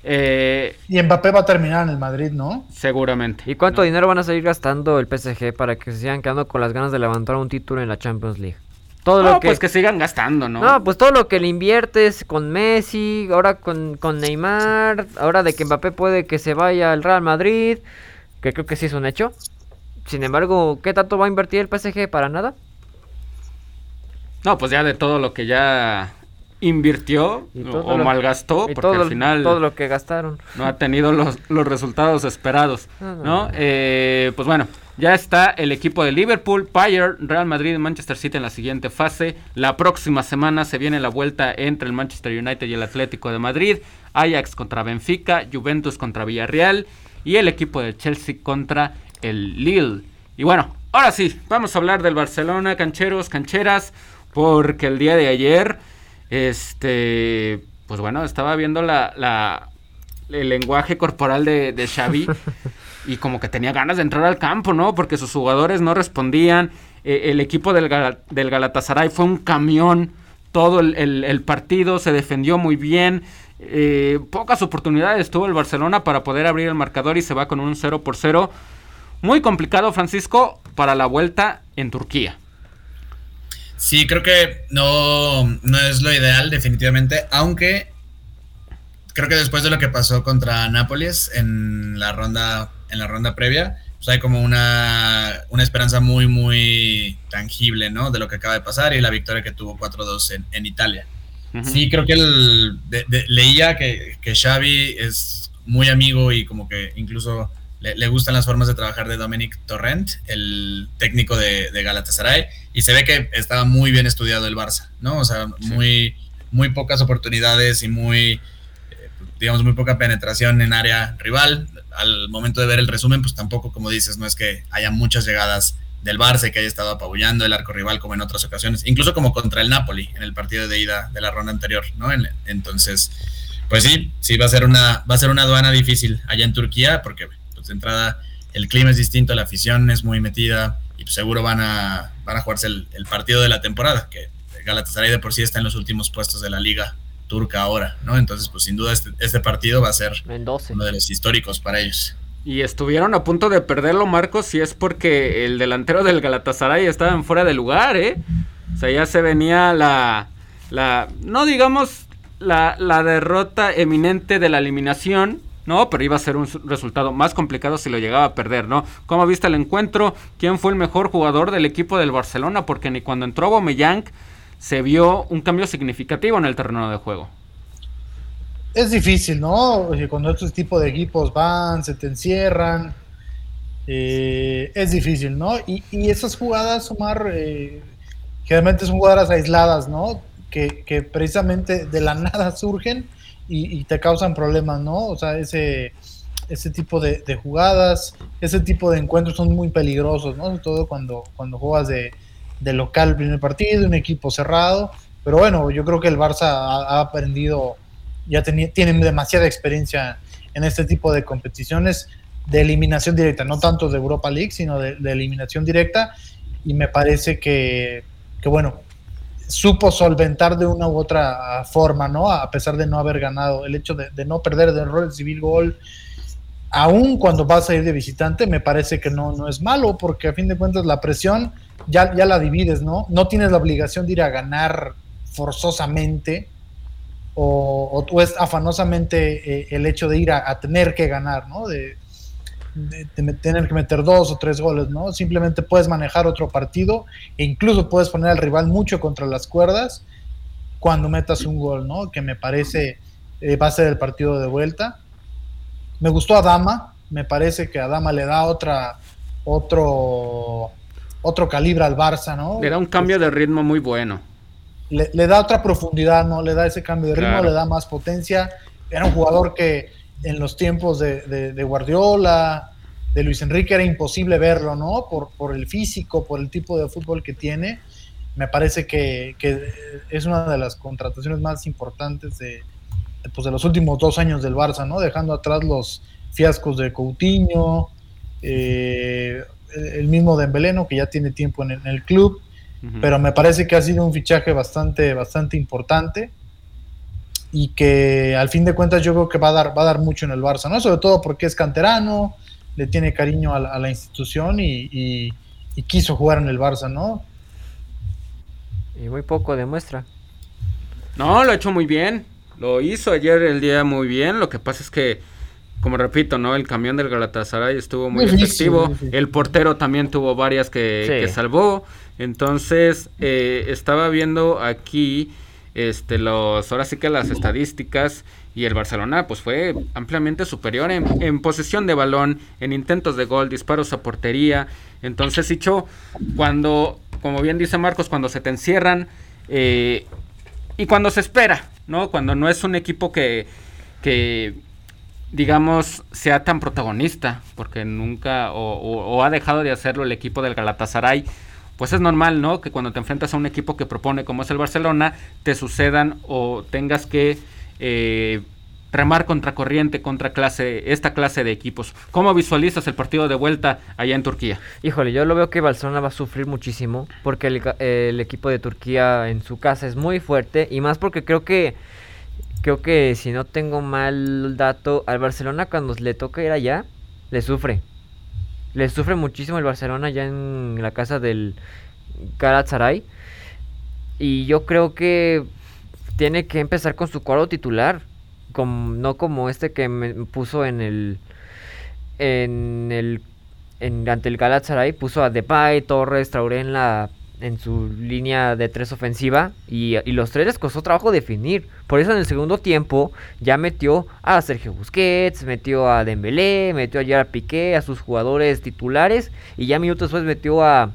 Y Mbappé va a terminar en el Madrid, ¿no? Seguramente. ¿Y cuánto ¿no? dinero van a seguir gastando el PSG para que se sigan quedando con las ganas de levantar un título en la Champions League? Todo No, lo que... pues que sigan gastando, ¿no? No, pues todo lo que le inviertes con Messi, ahora con Neymar, ahora de que Mbappé puede que se vaya al Real Madrid, que creo que sí es un hecho. Sin embargo, ¿qué tanto va a invertir el PSG? ¿Para nada? No, pues ya de todo lo que ya invirtió o malgastó, y porque todo, al final todo lo que gastaron. no ha tenido los resultados esperados, ¿no? Pues bueno, ya está el equipo de Liverpool, Bayern, Real Madrid y Manchester City en la siguiente fase. La próxima semana se viene la vuelta entre el Manchester United y el Atlético de Madrid, Ajax contra Benfica, Juventus contra Villarreal y el equipo de Chelsea contra el Lille. Y bueno, ahora sí, vamos a hablar del Barcelona, cancheros, cancheras, porque el día de ayer, pues bueno, estaba viendo el lenguaje corporal de Xavi y como que tenía ganas de entrar al campo, ¿no? Porque sus jugadores no respondían. El equipo del Galatasaray fue un camión todo el partido, se defendió muy bien. Pocas oportunidades tuvo el Barcelona para poder abrir el marcador y se va con un 0-0. Muy complicado, Francisco, para la vuelta en Turquía. Sí, creo que no es lo ideal, definitivamente, aunque creo que después de lo que pasó contra Nápoles en la ronda previa, pues hay como una esperanza muy, muy tangible, ¿no? De lo que acaba de pasar y la victoria que tuvo 4-2 en Italia. Uh-huh. Sí, creo que leía que Xavi es muy amigo y como que incluso le gustan las formas de trabajar de Dominic Torrent, el técnico de Galatasaray, y se ve que estaba muy bien estudiado el Barça, ¿no? O sea, sí. muy pocas oportunidades y muy poca penetración en área rival. Al momento de ver el resumen, pues tampoco, como dices, no es que haya muchas llegadas del Barça y que haya estado apabullando el arco rival como en otras ocasiones, incluso como contra el Napoli en el partido de ida de la ronda anterior, ¿no? Entonces, pues sí va a ser una aduana difícil allá en Turquía, porque pues de entrada el clima es distinto, la afición es muy metida y pues seguro van a jugarse el partido de la temporada, que Galatasaray de por sí está en los últimos puestos de la liga turca ahora, ¿no? Entonces, pues sin duda este partido va a ser uno de los históricos para ellos. Y estuvieron a punto de perderlo, Marcos, si es porque el delantero del Galatasaray estaba en fuera de lugar, ¿eh? O sea, ya se venía no digamos la derrota eminente de la eliminación, ¿no? Pero iba a ser un resultado más complicado si lo llegaba a perder, ¿no? ¿Cómo viste el encuentro? ¿Quién fue el mejor jugador del equipo del Barcelona? Porque ni cuando entró Aubameyang se vio un cambio significativo en el terreno de juego. Es difícil, ¿no? Cuando estos tipos de equipos van, se te encierran, es difícil, ¿no? Y esas jugadas, Omar, generalmente son jugadas aisladas, ¿no? Que precisamente de la nada surgen y te causan problemas, ¿no? O sea, ese tipo de jugadas, ese tipo de encuentros son muy peligrosos, ¿no? Sobre todo cuando juegas de local el primer partido, un equipo cerrado. Pero bueno, yo creo que el Barça ha aprendido, ya tienen demasiada experiencia en este tipo de competiciones de eliminación directa, no tanto de Europa League, sino de eliminación directa, y me parece que bueno, supo solventar de una u otra forma, ¿no? A pesar de no haber ganado, el hecho de no perder, de no recibir gol, aún cuando vas a ir de visitante, me parece que no es malo, porque a fin de cuentas la presión ya la divides, ¿no? No tienes la obligación de ir a ganar forzosamente, o tú es afanosamente el hecho de ir a tener que ganar, ¿no? De tener que meter 2 o 3 goles, ¿no? Simplemente puedes manejar otro partido e incluso puedes poner al rival mucho contra las cuerdas cuando metas un gol, ¿no? Que me parece va a ser el partido de vuelta. Me gustó Adama, me parece que Adama le da otro calibre al Barça, ¿no? Le da un cambio de ritmo muy bueno. Le da otra profundidad, ¿no? Le da ese cambio de ritmo, claro. Le da más potencia. Era un jugador que en los tiempos de Guardiola, de Luis Enrique, era imposible verlo, ¿no? Por el físico, por el tipo de fútbol que tiene. Me parece que es una de las contrataciones más importantes de los últimos 2 años del Barça, ¿no? Dejando atrás los fiascos de Coutinho, el mismo Dembélé, ¿no? Que ya tiene tiempo en el club. Uh-huh. Pero me parece que ha sido un fichaje bastante importante. y que al fin de cuentas yo creo que va a dar mucho en el Barça, ¿no? Sobre todo porque es canterano, le tiene cariño a la institución y quiso jugar en el Barça, ¿no? Y muy poco demuestra. No, lo ha hecho muy bien. Lo hizo ayer el día muy bien. Lo que pasa es que, como repito, ¿no? El camión del Galatasaray estuvo muy efectivo. El portero también tuvo varias que salvó. Entonces, estaba viendo aquí ahora sí que las estadísticas, y el Barcelona pues fue ampliamente superior en posesión de balón, en intentos de gol, disparos a portería. Entonces, Icho, cuando, como bien dice Marcos, cuando se te encierran y cuando se espera, ¿no? Cuando no es un equipo que digamos, sea tan protagonista, porque nunca o ha dejado de hacerlo el equipo del Galatasaray, pues es normal, ¿no? Que cuando te enfrentas a un equipo que propone como es el Barcelona, te sucedan o tengas que remar contra corriente, esta clase de equipos. ¿Cómo visualizas el partido de vuelta allá en Turquía? Híjole, yo lo veo que Barcelona va a sufrir muchísimo, porque el equipo de Turquía en su casa es muy fuerte, y más porque creo que si no tengo mal dato, al Barcelona cuando le toca ir allá, le sufre muchísimo el Barcelona ya en la casa del Galatasaray, y yo creo que tiene que empezar con su cuadro titular, no como que me puso ante el Galatasaray. Puso a Depay, Torres, Traoré en su línea de 3 ofensiva, y los 3 les costó trabajo definir. Por eso en el segundo tiempo ya metió a Sergio Busquets, metió a Dembélé, metió a Gerard Piqué, a sus jugadores titulares, y ya minutos después metió a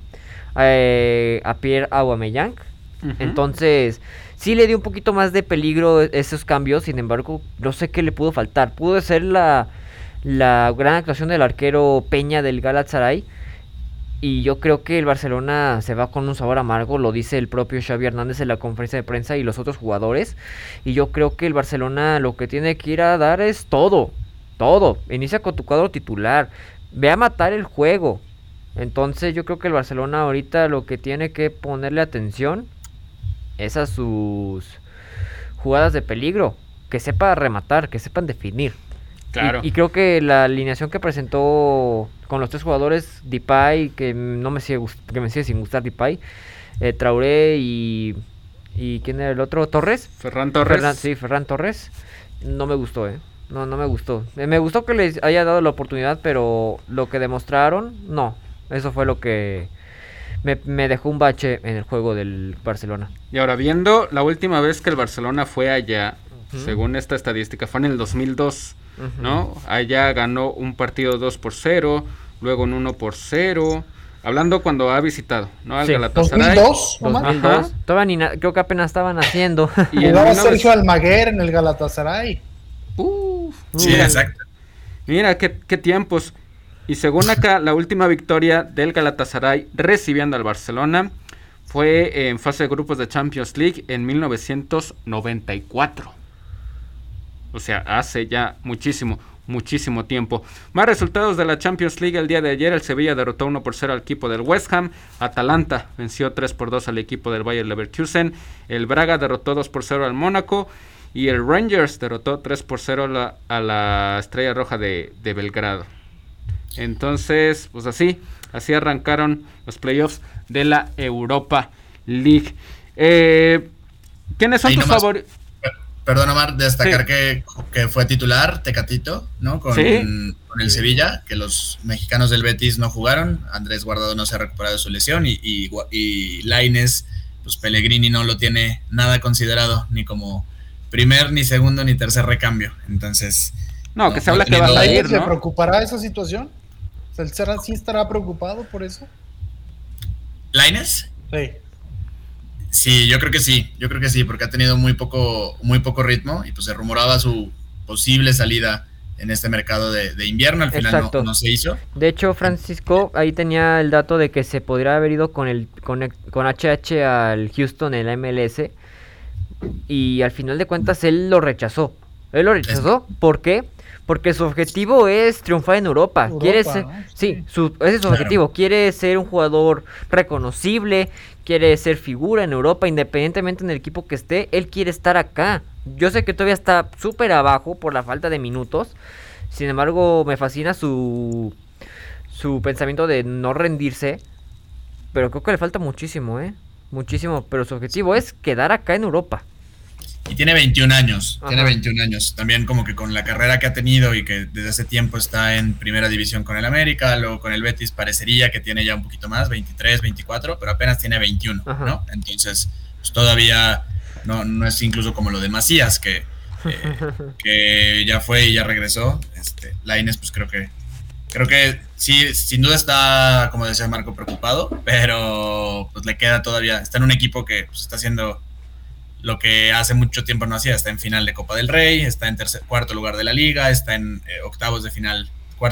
Pierre Aubameyang. Uh-huh. Entonces sí le dio un poquito más de peligro esos cambios. Sin embargo, no sé qué le pudo faltar. Pudo ser la gran actuación del arquero Peña del Galatasaray, y yo creo que el Barcelona se va con un sabor amargo. Lo dice el propio Xavi Hernández en la conferencia de prensa y los otros jugadores. Y yo creo que el Barcelona lo que tiene que ir a dar es todo. Inicia con tu cuadro titular, ve a matar el juego. Entonces yo creo que el Barcelona ahorita lo que tiene que ponerle atención es a sus jugadas de peligro, que sepa rematar, que sepan definir. Claro. Y creo que la alineación que presentó con los 3 jugadores, Depay, que me sigue sin gustar Depay, Traoré y ¿quién era el otro? ¿Torres? Ferran Torres. Ferran Torres. No me gustó, No me gustó. Me gustó que les haya dado la oportunidad, pero lo que demostraron, no. Eso fue lo que me dejó un bache en el juego del Barcelona. Y ahora, viendo la última vez que el Barcelona fue allá, según esta estadística, fue en el 2002, ¿no? Allá ganó un partido 2-0, luego un 1-0. Hablando cuando ha visitado, ¿no? Al Galatasaray. ¿2002? Creo que apenas estaban haciendo. Y jugaba Sergio Almaguer en el Galatasaray. Sí, exacto. Mira, qué tiempos. Y según acá, la última victoria del Galatasaray recibiendo al Barcelona fue en fase de grupos de Champions League en 1994. O sea, hace ya muchísimo tiempo. Más resultados de la Champions League el día de ayer. El Sevilla derrotó 1-0 al equipo del West Ham. Atalanta venció 3-2 al equipo del Bayer Leverkusen. El Braga derrotó 2-0 al Mónaco. Y el Rangers derrotó 3-0 a la Estrella Roja de Belgrado. Entonces, pues así arrancaron los playoffs de la Europa League. ¿Quiénes son tus favoritos? Perdón, Omar, destacar que fue titular Tecatito, ¿no? Con el Sevilla, que los mexicanos del Betis no jugaron. Andrés Guardado no se ha recuperado de su lesión y Lainez, pues Pellegrini no lo tiene nada considerado, ni como primer, ni segundo, ni tercer recambio. Entonces... No, que se habla que va a salir, ¿no? ¿Se preocupará esa situación? ¿Sí estará preocupado por eso? ¿Lainez? Sí. Sí, yo creo que sí, porque ha tenido muy poco ritmo y pues se rumoraba su posible salida en este mercado de invierno. Al final no se hizo. De hecho, Francisco, ahí tenía el dato de que se podría haber ido con HH al Houston en la MLS, y al final de cuentas él lo rechazó. Él lo rechazó. ¿Por qué? Porque su objetivo es triunfar en Europa. Quiere ser, ¿no? sí, ese es su objetivo. Quiere ser un jugador reconocible, quiere ser figura en Europa, independientemente en el equipo que esté. Él quiere estar acá. Yo sé que todavía está súper abajo por la falta de minutos. Sin embargo, me fascina su pensamiento de no rendirse. Pero creo que le falta muchísimo, muchísimo. Pero su objetivo es quedar acá en Europa. Y tiene 21 años, Ajá. tiene 21 años. También como que con la carrera que ha tenido y que desde hace tiempo está en primera división con el América, luego con el Betis parecería que tiene ya un poquito más, 23, 24, pero apenas tiene 21, Ajá. ¿no? Entonces, pues todavía no es incluso como lo de Macías, que ya fue y ya regresó. Lainez, pues creo que sí, sin duda está, como decía Marco, preocupado, pero pues le queda todavía, está en un equipo que pues, está haciendo lo que hace mucho tiempo no hacía. Está en final de Copa del Rey, está en cuarto lugar de la Liga, está en octavos de final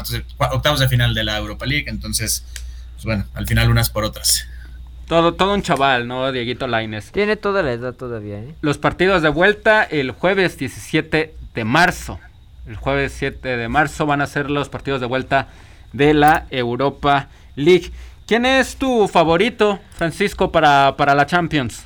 de la Europa League. Entonces, pues bueno, al final unas por otras. Todo un chaval, ¿no? Dieguito Lainez. Tiene toda la edad todavía, Los partidos de vuelta el jueves 17 de marzo. El jueves 7 de marzo van a ser los partidos de vuelta de la Europa League. ¿Quién es tu favorito, Francisco, para la Champions?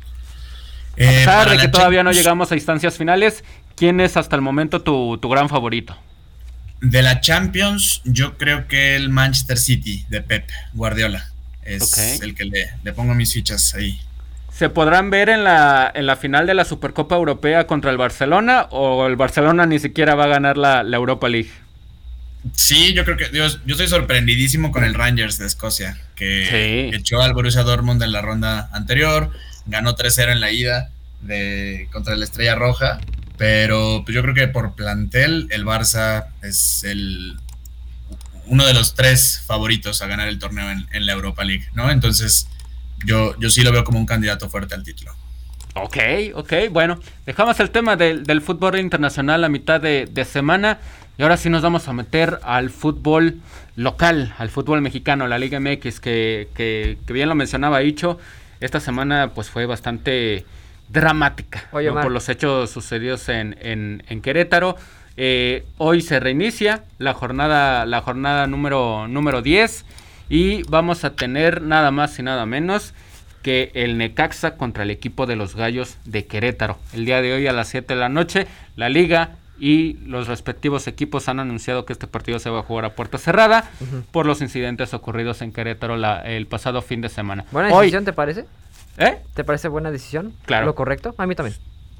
A pesar de que todavía no llegamos a instancias finales, ¿quién es hasta el momento tu gran favorito? De la Champions, yo creo que el Manchester City de Pep Guardiola es el que le pongo mis fichas ahí. ¿Se podrán ver en la final de la Supercopa Europea contra el Barcelona o el Barcelona ni siquiera va a ganar la Europa League? Sí, yo creo que yo estoy sorprendidísimo con el Rangers de Escocia, que echó al Borussia Dortmund en la ronda anterior, ganó 3-0 en la ida contra la Estrella Roja, pero pues yo creo que por plantel el Barça es uno de los 3 favoritos a ganar el torneo en la Europa League, ¿no? Entonces yo sí lo veo como un candidato fuerte al título. Ok, bueno, dejamos el tema del fútbol internacional a mitad de semana y ahora sí nos vamos a meter al fútbol local, al fútbol mexicano, la Liga MX, que bien lo mencionaba Icho. Esta semana pues fue bastante dramática, ¿no? Por los hechos sucedidos en Querétaro. Hoy se reinicia la jornada número 10 y vamos a tener nada más y nada menos que el Necaxa contra el equipo de los Gallos de Querétaro. El día de hoy a las 7 de la noche, la Liga y los respectivos equipos han anunciado que este partido se va a jugar a puerta cerrada por los incidentes ocurridos en Querétaro el pasado fin de semana. ¿Buena decisión te parece? ¿Te parece buena decisión? Claro. ¿Lo correcto? A mí también.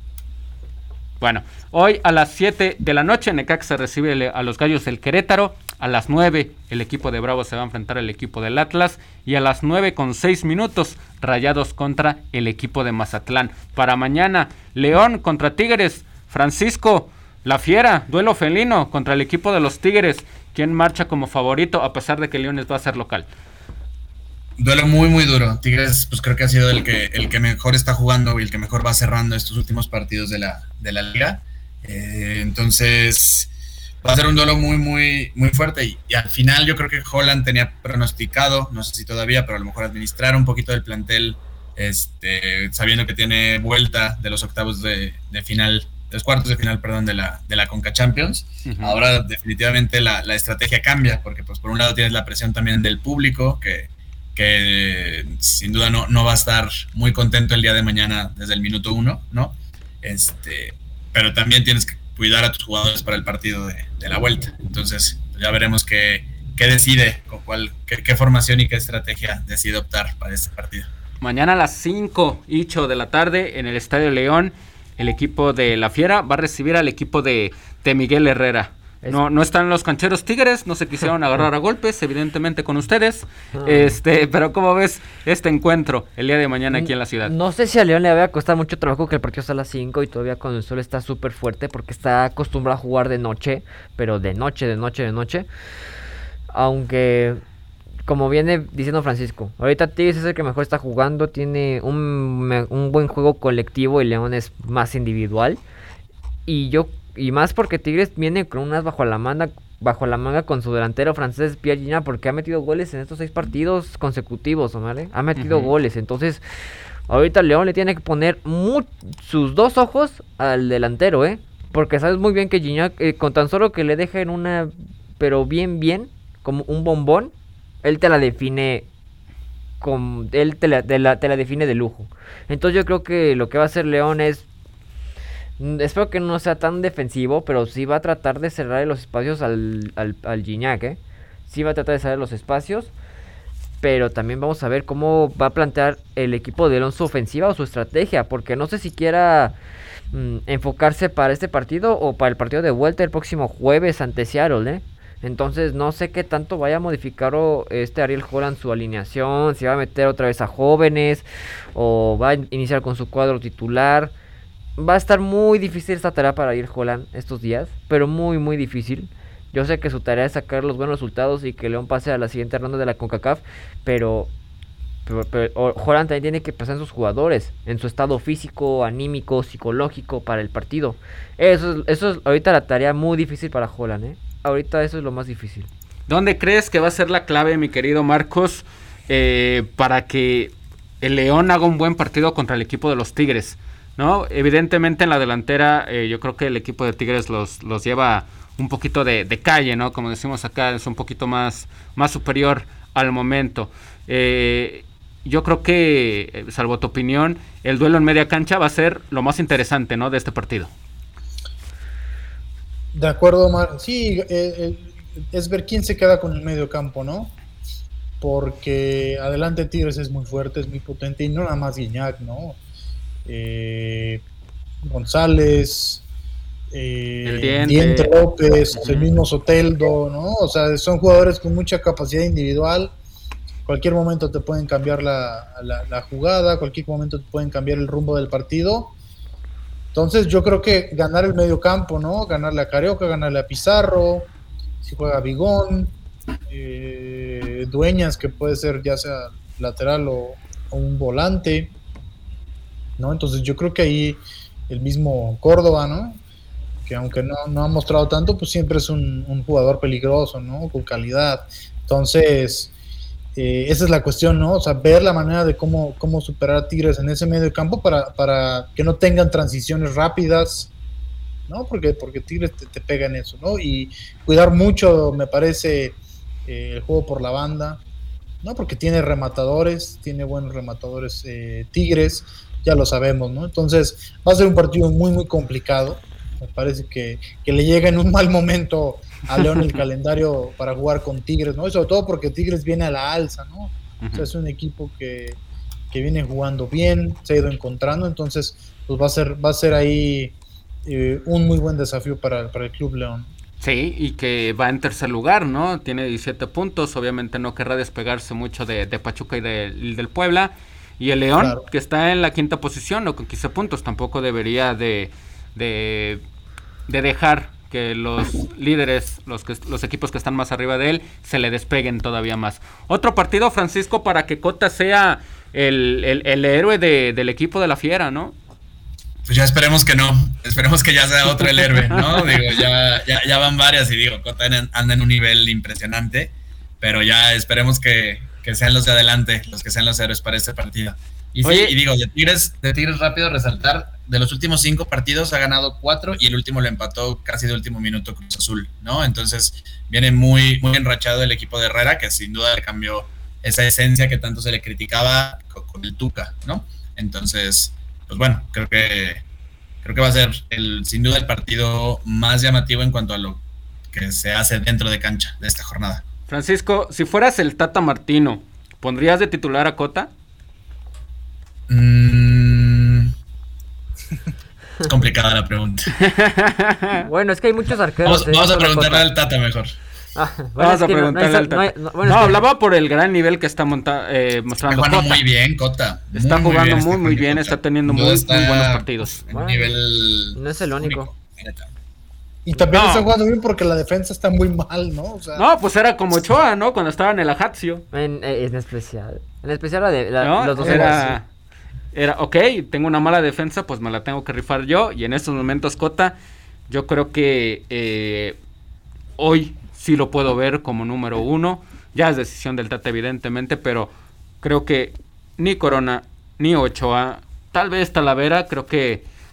Bueno, hoy a las 7 de la noche Necaxa recibe a los Gallos del Querétaro. A las 9 el equipo de Bravos se va a enfrentar al equipo del Atlas. Y a las 9:06 Rayados contra el equipo de Mazatlán. Para mañana, León contra Tigres. Francisco, la Fiera, duelo felino contra el equipo de los Tigres. ¿Quién marcha como favorito a pesar de que Leones va a ser local? Duelo muy, muy duro. Tigres, pues creo que ha sido el que mejor está jugando y el que mejor va cerrando estos últimos partidos de la liga. Entonces, va a ser un duelo muy, muy, muy fuerte. Y al final yo creo que Holland tenía pronosticado, no sé si todavía, pero a lo mejor administrar un poquito del plantel, sabiendo que tiene vuelta de los octavos de final, de los cuartos de final, perdón, de la Conca Champions. Uh-huh. Ahora definitivamente la estrategia cambia, porque pues por un lado tienes la presión también del público, que sin duda no va a estar muy contento el día de mañana desde el minuto 1, ¿no? Pero también tienes que cuidar a tus jugadores para el partido de la vuelta. Entonces, ya veremos qué decide, qué formación y qué estrategia decide optar para este partido. Mañana a las 5:08 de la tarde en el Estadio León, el equipo de La Fiera va a recibir al equipo de Miguel Herrera. No están los cancheros Tigres, no se quisieron agarrar a golpes, evidentemente con ustedes. Pero ¿cómo ves este encuentro el día de mañana aquí en la ciudad? No sé si a León le va a costar mucho trabajo que el partido está a las 5 y todavía con el sol está súper fuerte porque está acostumbrado a jugar de noche, pero de noche. Aunque, como viene diciendo Francisco, ahorita Tigres es el que mejor está jugando, tiene un buen juego colectivo y León es más individual. Y más porque Tigres viene con unas bajo la manga con su delantero francés Pierre Gignac, porque ha metido goles en estos 6 partidos consecutivos, ¿vale? Ha metido goles, entonces ahorita León le tiene que poner sus 2 ojos al delantero, Porque sabes muy bien que Gignac, con tan solo que le dejen una, pero bien, como un bombón, él te la define, él te la define de lujo. Entonces yo creo que lo que va a hacer León espero que no sea tan defensivo, pero sí va a tratar de cerrar los espacios al Gignac, Sí va a tratar de cerrar los espacios, pero también vamos a ver cómo va a plantear el equipo de León su ofensiva o su estrategia, porque no sé si quiera enfocarse para este partido o para el partido de vuelta el próximo jueves ante Seattle, Entonces no sé qué tanto vaya a modificar Ariel Holland su alineación, si va a meter otra vez a jóvenes o va a iniciar con su cuadro titular. Va a estar muy difícil esta tarea para Ariel Holland estos días, pero muy difícil. Yo sé que su tarea es sacar los buenos resultados y que León pase a la siguiente ronda de la CONCACAF, pero Holland también tiene que pensar en sus jugadores, en su estado físico, anímico, psicológico para el partido. Eso es ahorita la tarea muy difícil para Holland, Ahorita eso es lo más difícil. ¿Dónde crees que va a ser la clave, mi querido Marcos, para que el León haga un buen partido contra el equipo de los Tigres? ¿No? Evidentemente en la delantera yo creo que el equipo de Tigres los lleva un poquito de calle, ¿no? Como decimos acá, es un poquito más superior al momento. Yo creo que, salvo tu opinión, el duelo en media cancha va a ser lo más interesante, ¿no? De este partido. De acuerdo, Omar. Sí, es ver quién se queda con el medio campo, ¿no? Porque adelante Tigres es muy fuerte, es muy potente, y no nada más Gignac, ¿no? González, el Diente López, el mismo Soteldo, ¿no? O sea, son jugadores con mucha capacidad individual. Cualquier momento te pueden cambiar la jugada, cualquier momento te pueden cambiar el rumbo del partido. Entonces yo creo que ganar el medio campo, ¿no? Ganarle a Carioca, ganarle a Pizarro, si juega Bigón, Dueñas, que puede ser ya sea lateral o un volante, ¿no? Entonces yo creo que ahí el mismo Córdoba, ¿no? Que aunque no ha mostrado tanto, pues siempre es un jugador peligroso, ¿no? Con calidad. Entonces, esa es la cuestión, ¿no? O sea, ver la manera de cómo superar a Tigres en ese medio campo para que no tengan transiciones rápidas, ¿no? Porque Tigres te pega en eso, ¿no? Y cuidar mucho, me parece, el juego por la banda, ¿no? Porque tiene buenos rematadores Tigres, ya lo sabemos, ¿no? Entonces va a ser un partido muy complicado. Me parece que le llega en un mal momento a León el calendario para jugar con Tigres, ¿no? Y sobre todo porque Tigres viene a la alza, ¿no? O sea, es un equipo que viene jugando bien, se ha ido encontrando, entonces pues va a ser ahí un muy buen desafío para el Club León. Sí, y que va en tercer lugar, ¿no? Tiene 17 puntos, obviamente no querrá despegarse mucho de Pachuca y del Puebla. Y el León, claro, que está en la quinta posición, ¿no? Con 15 puntos, tampoco debería de dejar que los líderes, los equipos que están más arriba de él, se le despeguen todavía más. Otro partido, Francisco, para que Cota sea el héroe del equipo de la Fiera, ¿no? Pues ya esperemos que no, esperemos que ya sea otro el héroe, ¿no? Digo, ya van varias y digo, Cota anda en un nivel impresionante, pero ya esperemos que sean los de adelante, los que sean los héroes para este partido. Y sí, y digo, de Tigres rápido resaltar, de los últimos 5 partidos ha ganado 4 y el último lo empató casi de último minuto Cruz Azul, ¿no? Entonces viene muy enrachado el equipo de Herrera, que sin duda le cambió esa esencia que tanto se le criticaba con el Tuca, ¿no? Entonces, pues bueno, creo que va a ser sin duda el partido más llamativo en cuanto a lo que se hace dentro de cancha de esta jornada. Francisco, si fueras el Tata Martino, ¿pondrías de titular a Cota? Es complicada la pregunta. Bueno, es que hay muchos arqueros. Vamos a preguntarle al Tata mejor. Vamos a preguntarle al Tata. Hablaba por el gran nivel que está mostrando. Está jugando muy bien, Cota. Está jugando muy bien, está teniendo muy buenos partidos. Bueno, nivel no es el único. Y también está jugando bien porque la defensa está muy mal, ¿no? O sea, no, pues era como Ochoa, ¿no? Cuando estaba en el Ajaccio. En especial los dos era, ok, tengo una mala defensa, pues me la tengo que rifar yo. Y en estos momentos, Cota, yo creo que hoy sí lo puedo ver como número 1. Ya es decisión del Tata, evidentemente, pero creo que ni Corona, ni Ochoa, tal vez Talavera, creo que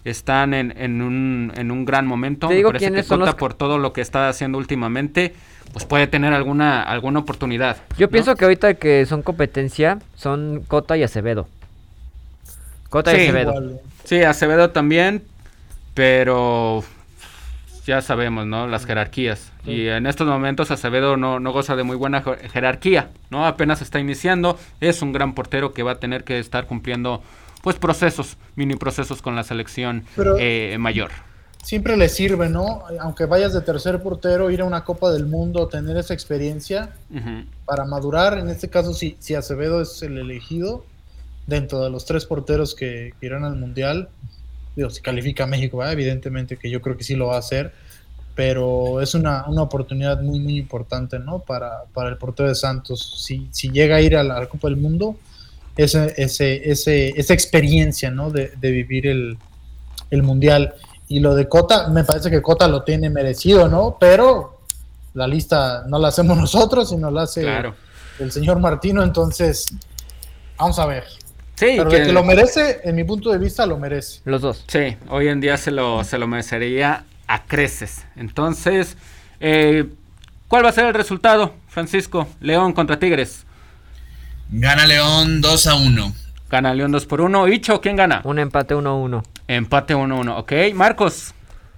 están en un gran momento. Te Me digo parece que quiénes son Cota, los- por todo lo que está haciendo últimamente, pues puede tener alguna oportunidad. Yo ¿no? pienso que ahorita que son competencia son Cota y Acevedo. Cota y Sí. Acevedo. Igual, Sí, Acevedo también, pero ya sabemos, ¿no? Las jerarquías. Sí. Y en estos momentos Acevedo no goza de muy buena jerarquía, ¿no? Apenas está iniciando, es un gran portero que va a tener que estar cumpliendo, pues, mini procesos con la selección Pero- mayor. siempre le sirve, ¿no? Aunque vayas de tercer portero, ir a una Copa del Mundo, tener esa experiencia Ujú. para madurar. En este caso, si Acevedo es el elegido dentro de los 3 porteros que irán al Mundial, digo, si califica a México, ¿verdad? Evidentemente que yo creo que sí lo va a hacer, pero es una oportunidad muy, muy importante, ¿no? Para el portero de Santos. Si llega a ir a la Copa del Mundo, esa experiencia, ¿no? De vivir el Mundial. Y lo de Cota, me parece que Cota lo tiene merecido, ¿no? Pero la lista no la hacemos nosotros, sino la hace Claro. el señor Martino, entonces vamos a ver. Sí, Pero de que lo merece, en mi punto de vista, lo merece. Los dos. sí, hoy en día se lo merecería a creces. Entonces, ¿cuál va a ser el resultado, Francisco? León contra Tigres. Gana León 2-1. Gana León 2-1. Icho, ¿quién gana? Un empate 1-1. Empate 1-1, ok. Marcos.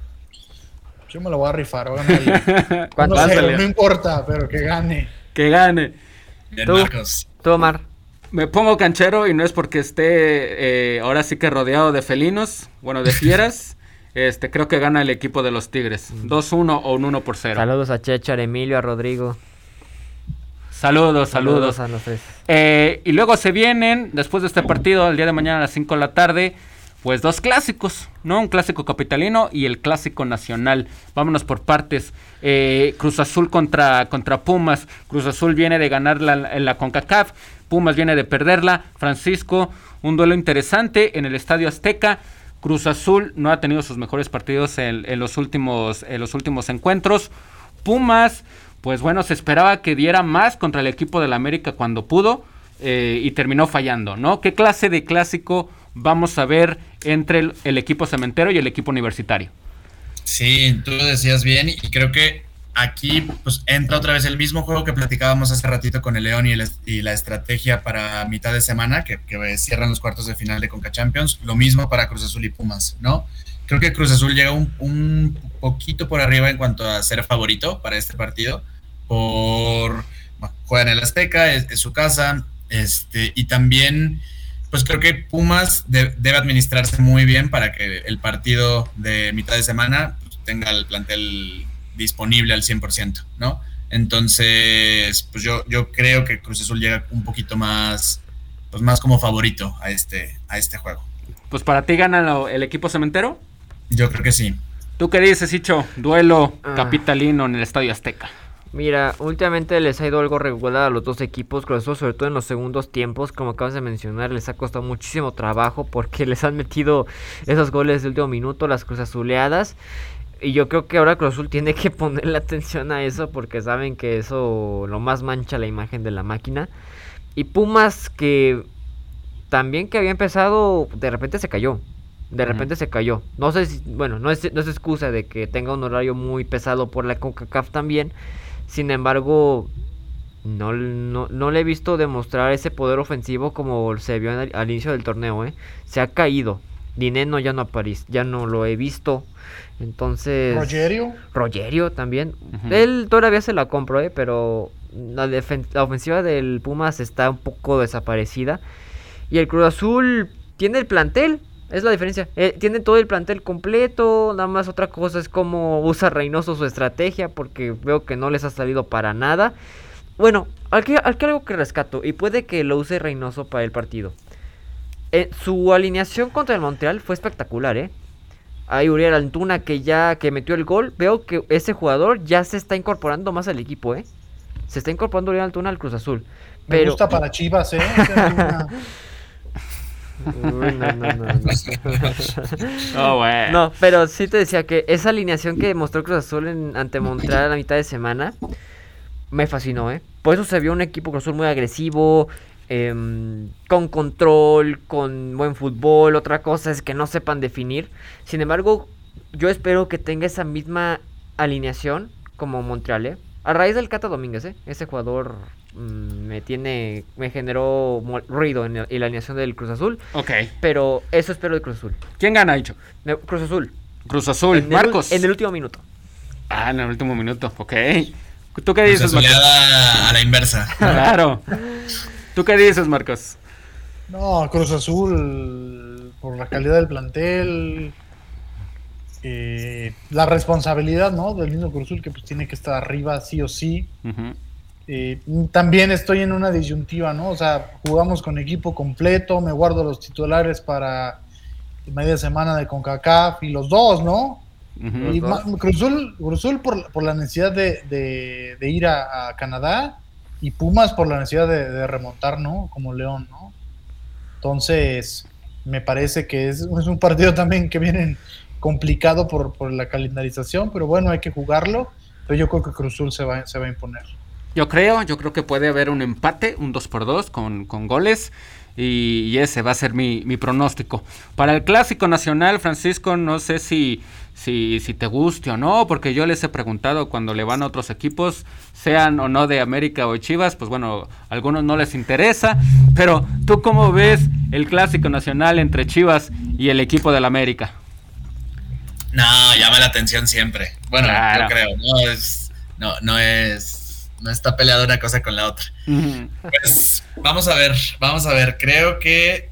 Yo me lo voy a rifar, voy a ganar. ¿Cuánto? 1-0, Pásale. no importa, pero que gane. Que gane. Bien, Tú. Marcos. Tú, Omar. Me pongo canchero y no es porque esté ahora sí que rodeado de felinos, bueno, de fieras. Creo que gana el equipo de los Tigres. 2-1 o un 1-0. Saludos a Chechar, Emilio, a Rodrigo. Saludos. a los tres. Y luego se vienen, después de este partido, el día de mañana a las 5 de la tarde, pues 2 clásicos, ¿no? Un clásico capitalino y el clásico nacional. Vámonos por partes. Cruz Azul contra Pumas. Cruz Azul viene de ganar en la CONCACAF. Pumas viene de perderla. Francisco, un duelo interesante en el Estadio Azteca. Cruz Azul no ha tenido sus mejores partidos en los últimos encuentros. Pumas, pues bueno, se esperaba que diera más contra el equipo del América cuando pudo y terminó fallando, ¿no? ¿Qué clase de clásico vamos a ver entre el equipo cementero y el equipo universitario? Sí, tú lo decías bien y creo que aquí pues entra otra vez el mismo juego que platicábamos hace ratito con el León y la estrategia para mitad de semana que cierran los cuartos de final de Conca Champions, lo mismo para Cruz Azul y Pumas, ¿no? Creo que Cruz Azul llega un poquito por arriba en cuanto a ser favorito para este partido, juega en el Azteca, es su casa, y también pues creo que Pumas debe administrarse muy bien para que el partido de mitad de semana pues, tenga el plantel disponible al 100%, ¿no? Entonces, pues yo creo que Cruz Azul llega un poquito más, pues más como favorito a este juego. Pues para ti gana el equipo cementero. Yo creo que sí. ¿Tú qué dices, Icho? Duelo capitalino en el Estadio Azteca. Mira, últimamente les ha ido algo regular a los dos equipos, Cruz Azul, sobre todo en los segundos tiempos, como acabas de mencionar, les ha costado muchísimo trabajo porque les han metido esos goles de último minuto, las Cruz Azuleadas. Y yo creo que ahora Cruz Azul tiene que ponerle atención a eso porque saben que eso lo más mancha la imagen de la máquina. Y Pumas, que también que había empezado, de repente se cayó. No sé si, bueno, no es excusa de que tenga un horario muy pesado por la CONCACAF también. Sin embargo, no le he visto demostrar ese poder ofensivo como se vio al inicio del torneo, ¿eh? Se ha caído. Dineno ya no aparece, ya no lo he visto. Entonces... Rogerio también. Uh-huh. Él todavía se la compro, pero la ofensiva del Pumas está un poco desaparecida. Y el Cruz Azul tiene el plantel. Es la diferencia. Tiene todo el plantel completo. Nada más otra cosa es cómo usa Reynoso su estrategia. Porque veo que no les ha salido para nada. Bueno, aquí algo que rescato. Y puede que lo use Reynoso para el partido. Su alineación contra el Montreal fue espectacular, Hay Uriel Antuna que metió el gol. Veo que ese jugador ya se está incorporando más al equipo, Se está incorporando Uriel Antuna al Cruz Azul. Me gusta para Chivas, Uy, no. Oh, bueno. No, pero sí te decía que esa alineación que mostró Cruz Azul ante Montreal a la mitad de semana me fascinó, Por eso se vio un equipo Cruz Azul muy agresivo. con control, con buen fútbol. Otra cosa es que no sepan definir. Sin embargo, yo espero que tenga esa misma alineación como Montreal, a raíz del Cata Domínguez, ese jugador me generó ruido en la alineación del Cruz Azul. Ok. Pero eso espero del Cruz Azul. ¿Quién gana, Dicho? Cruz Azul. Cruz Azul. Marcos. En el último minuto. En el último minuto, ok. ¿Tú qué dices, Marcos? A la inversa. Claro. ¿Tú qué dices, Marcos? No, Cruz Azul, por la calidad del plantel, la responsabilidad, ¿no? Del mismo Cruz Azul, que pues tiene que estar arriba sí o sí. También estoy en una disyuntiva, ¿no? O sea, jugamos con equipo completo, me guardo los titulares para media semana de CONCACAF y los dos, ¿no? Y Cruz Azul por la necesidad de ir a Canadá, y Pumas por la necesidad de remontar, ¿no? Como León, ¿no? Entonces, me parece que es un partido también que viene complicado por la calendarización, pero bueno, hay que jugarlo. Pero yo creo que Cruz Azul se va a imponer. Yo creo que puede haber un empate, un 2-2 con goles. Y ese va a ser mi pronóstico. Para el Clásico Nacional, Francisco, no sé si te guste o no, porque yo les he preguntado cuando le van a otros equipos, sean o no de América o de Chivas, pues bueno, a algunos no les interesa, pero ¿tú cómo ves el Clásico Nacional entre Chivas y el equipo del América? No, llama la atención siempre. Bueno, claro. Yo creo, no está peleada una cosa con la otra. Pues vamos a ver. Creo que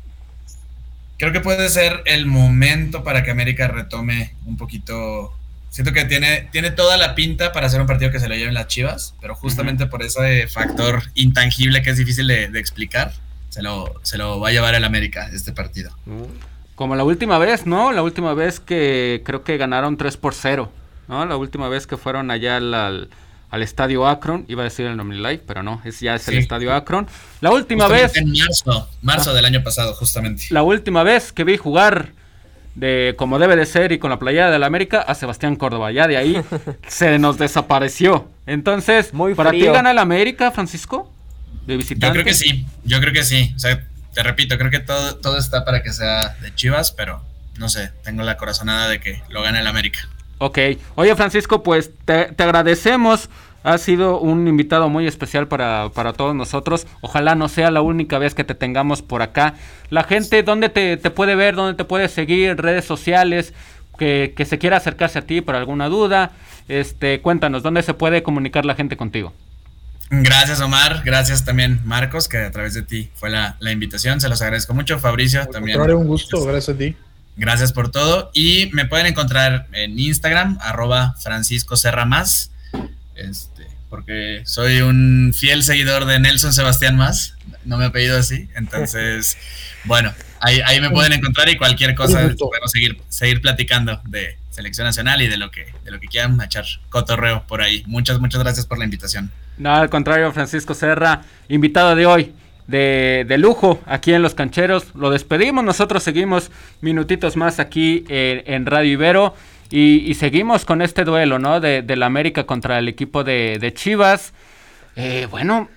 puede ser el momento para que América retome un poquito. Siento que tiene toda la pinta para hacer un partido que se lo lleven las Chivas, pero justamente por ese factor intangible que es difícil de explicar, se lo va a llevar el América este partido. Como la última vez, ¿no? La última vez que creo que ganaron 3-0, ¿no? La última vez que fueron allá al Estadio Akron, iba a decir el Omnilife, pero no, es el Estadio Akron. La última vez... En marzo del año pasado, justamente. La última vez que vi jugar como debe de ser y con la playera de la América a Sebastián Córdoba, ya de ahí se nos desapareció. Entonces, ¿para ti gana el América, Francisco? ¿De visitante? Yo creo que sí. O sea, te repito, creo que todo está para que sea de Chivas, pero no sé, tengo la corazonada de que lo gane el América. Ok. Oye, Francisco, pues te agradecemos. Has sido un invitado muy especial para todos nosotros. Ojalá no sea la única vez que te tengamos por acá. La gente, ¿dónde te puede ver? ¿Dónde te puede seguir? Redes sociales, que se quiera acercarse a ti por alguna duda. Cuéntanos, ¿dónde se puede comunicar la gente contigo? Gracias, Omar. Gracias también, Marcos, que a través de ti fue la invitación. Se los agradezco mucho. Fabricio, también. Un gusto, gracias a ti. Gracias por todo. Y me pueden encontrar en Instagram, @FranciscoSerraMás. Porque soy un fiel seguidor de Nelson Sebastián Más, no me apellido así, entonces, bueno, ahí me pueden encontrar y cualquier cosa podemos seguir platicando de selección nacional y de lo que quieran echar cotorreo por ahí. Muchas gracias por la invitación. No, al contrario, Francisco Serra, invitado de hoy, de lujo aquí en Los Cancheros. Lo despedimos, nosotros seguimos minutitos más aquí en Radio Ibero. Y seguimos con este duelo, ¿no? De la América contra el equipo de Chivas. Bueno,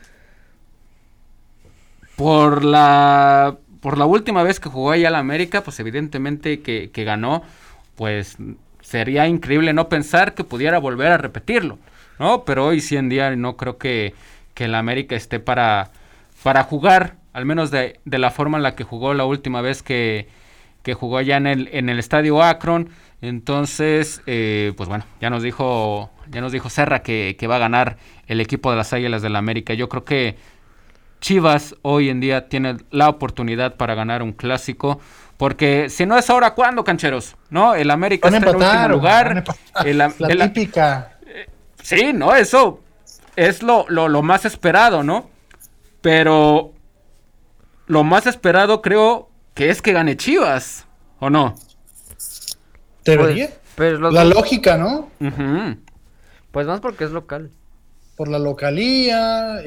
por la última vez que jugó allá la América, pues evidentemente que ganó, pues sería increíble no pensar que pudiera volver a repetirlo, ¿no? Pero hoy sí en día no creo que la América esté para jugar, al menos de la forma en la que jugó la última vez que jugó allá en el Estadio Akron. Entonces, pues bueno, ya nos dijo Serra que va a ganar el equipo de las Águilas del la América. Yo creo que Chivas hoy en día tiene la oportunidad para ganar un clásico, porque si no es ahora, ¿cuándo, cancheros? ¿No? El América está en último lugar. La típica. Sí, no, eso es lo más esperado, ¿no? Pero lo más esperado creo que es que gane Chivas, ¿o no? ¿Debería? Pues la lógica, ¿no? Uh-huh. Pues más porque es local. Por la localía,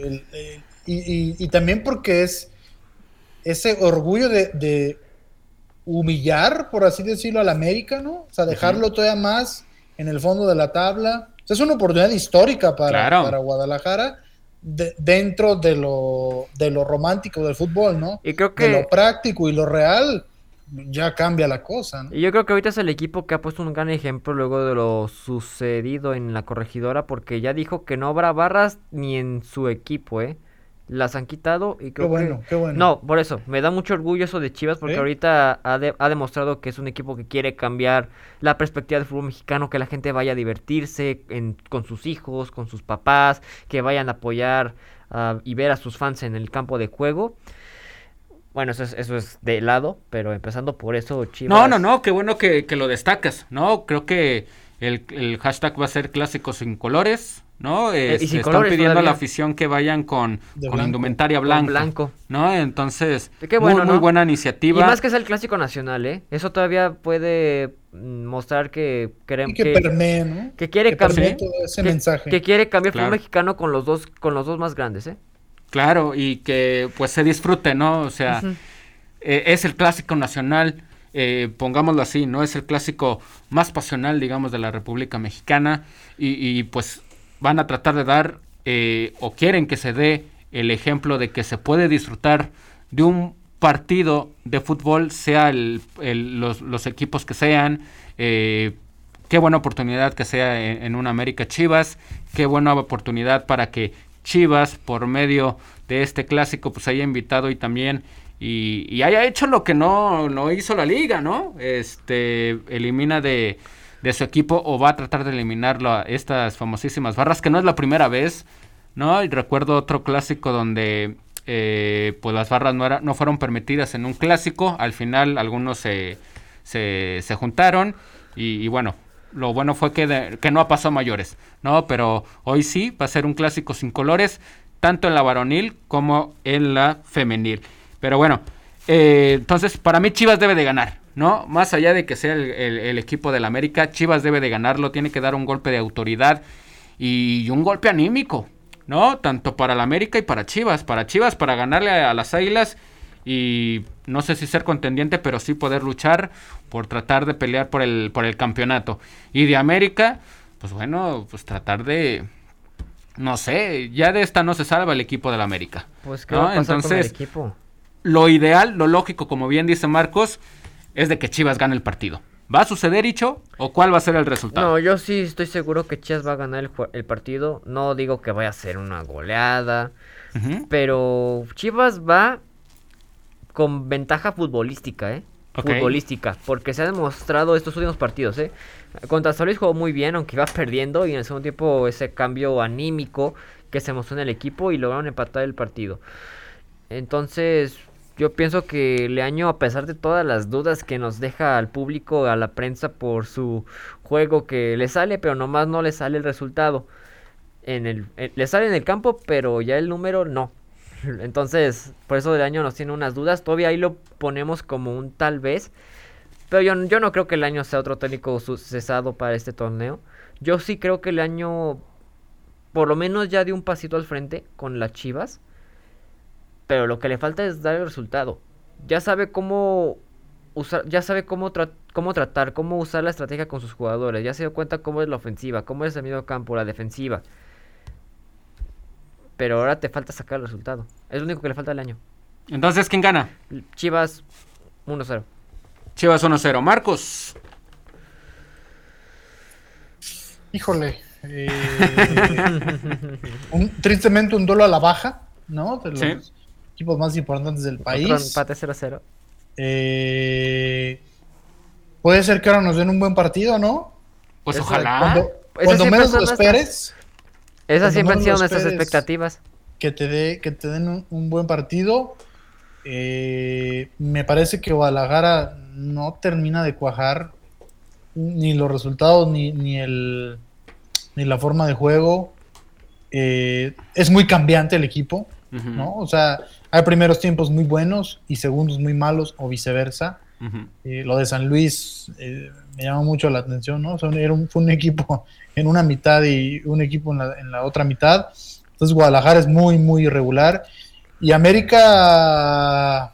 y también porque es ese orgullo de humillar, por así decirlo, al América, ¿no? O sea, dejarlo todavía más en el fondo de la tabla. O sea, es una oportunidad histórica para Guadalajara dentro de lo romántico del fútbol, ¿no? Y creo De que lo práctico y lo real, ya cambia la cosa, ¿no? Y yo creo que ahorita es el equipo que ha puesto un gran ejemplo luego de lo sucedido en la corregidora, porque ya dijo que no habrá barras ni en su equipo, ¿eh? Las han quitado y Qué creo bueno, que... qué bueno. No, por eso, me da mucho orgullo eso de Chivas, porque ¿Sí? ahorita ha demostrado que es un equipo que quiere cambiar la perspectiva del fútbol mexicano, que la gente vaya a divertirse con sus hijos, con sus papás, que vayan a apoyar y ver a sus fans en el campo de juego. Bueno, eso es de lado, pero empezando por eso, Chivas... No, qué bueno que lo destacas, ¿no? Creo que el hashtag va a ser clásicos sin colores, ¿no? y sin Están colores pidiendo a la todavía. afición que vayan con blanco. indumentaria Con blanca, blanco. ¿no? Entonces, Qué bueno, muy ¿no? buena Y iniciativa. más que es el clásico nacional, ¿eh? Eso todavía puede mostrar que Y queremos que permee, ¿no? que quiere permee cambiar todo ese mensaje. que quiere cambiar el Claro. fútbol mexicano con los dos más grandes, ¿eh? Claro, y que pues se disfrute, ¿no? O sea, Ujú. es el clásico nacional, pongámoslo así, ¿no? Es el clásico más pasional, digamos, de la República Mexicana y pues van a tratar de dar o quieren que se dé el ejemplo de que se puede disfrutar de un partido de fútbol, sea los equipos que sean, qué buena oportunidad que sea en una América Chivas, qué buena oportunidad para que Chivas, por medio de este clásico, pues haya invitado y también y haya hecho lo que no hizo la liga, ¿no? Elimina de su equipo o va a tratar de eliminarlo a estas famosísimas barras, que no es la primera vez, ¿no? Y recuerdo otro clásico donde pues las barras no fueron permitidas en un clásico, al final algunos se juntaron y bueno, lo bueno fue que no pasó a mayores, ¿no? Pero hoy sí va a ser un clásico sin colores, tanto en la varonil como en la femenil. Pero bueno, entonces para mí Chivas debe de ganar, ¿no? Más allá de que sea el equipo del América, Chivas debe de ganarlo, tiene que dar un golpe de autoridad y un golpe anímico, ¿no? Tanto para el América y para Chivas, para ganarle a las Águilas y no sé si ser contendiente, pero sí poder luchar por tratar de pelear por el campeonato. Y de América, pues bueno, pues tratar de, no sé, ya de esta no se salva el equipo del América. Pues qué ¿no? va a pasar con el Entonces, equipo. lo ideal, lo lógico, como bien dice Marcos, es de que Chivas gane el partido. ¿Va a suceder, Icho? ¿O cuál va a ser el resultado? No, yo sí estoy seguro que Chivas va a ganar el partido. No digo que vaya a ser una goleada, Uh-huh. pero Chivas va con ventaja futbolística, ¿eh? Ok. Futbolística, porque se ha demostrado estos últimos partidos, ¿eh? Contra San Luis jugó muy bien, aunque iba perdiendo, y en el segundo tiempo ese cambio anímico que se mostró en el equipo y lograron empatar el partido. Entonces, yo pienso que Leaño, a pesar de todas las dudas que nos deja al público, a la prensa por su juego que le sale, pero nomás no le sale el resultado. Le sale en el campo, pero ya el número no. Entonces, por eso Leaño nos tiene unas dudas. Todavía ahí lo ponemos como un tal vez. Pero yo no creo que Leaño sea otro técnico cesado para este torneo. Yo sí creo que Leaño, por lo menos ya dio un pasito al frente con las Chivas. Pero lo que le falta es dar el resultado. Ya sabe cómo usar, ya sabe cómo tratar, cómo usar la estrategia con sus jugadores. Ya se dio cuenta cómo es la ofensiva, cómo es el medio campo, la defensiva. Pero ahora te falta sacar el resultado. Es lo único que le falta al año. Entonces, ¿quién gana? Chivas 1-0. Chivas 1-0. Marcos. Híjole. Tristemente un duelo a la baja, ¿no? De los Sí. equipos más importantes del país. Otro empate 0-0. Puede ser que ahora nos den un buen partido, ¿no? Pues Eso, ojalá. Cuando Esas siempre menos son lo nuestras. esperes, Esas Cuando siempre han menos sido lo nuestras esperes. expectativas. que te den un buen partido. Me parece que Guadalajara no termina de cuajar ni los resultados ni la forma de juego. Es muy cambiante el equipo, Uh-huh. ¿no? O sea, hay primeros tiempos muy buenos y segundos muy malos o viceversa. Uh-huh. Lo de San Luis me llama mucho la atención, ¿no? O sea, fue un equipo en una mitad y un equipo en la otra mitad. Entonces Guadalajara es muy, muy irregular. Y América,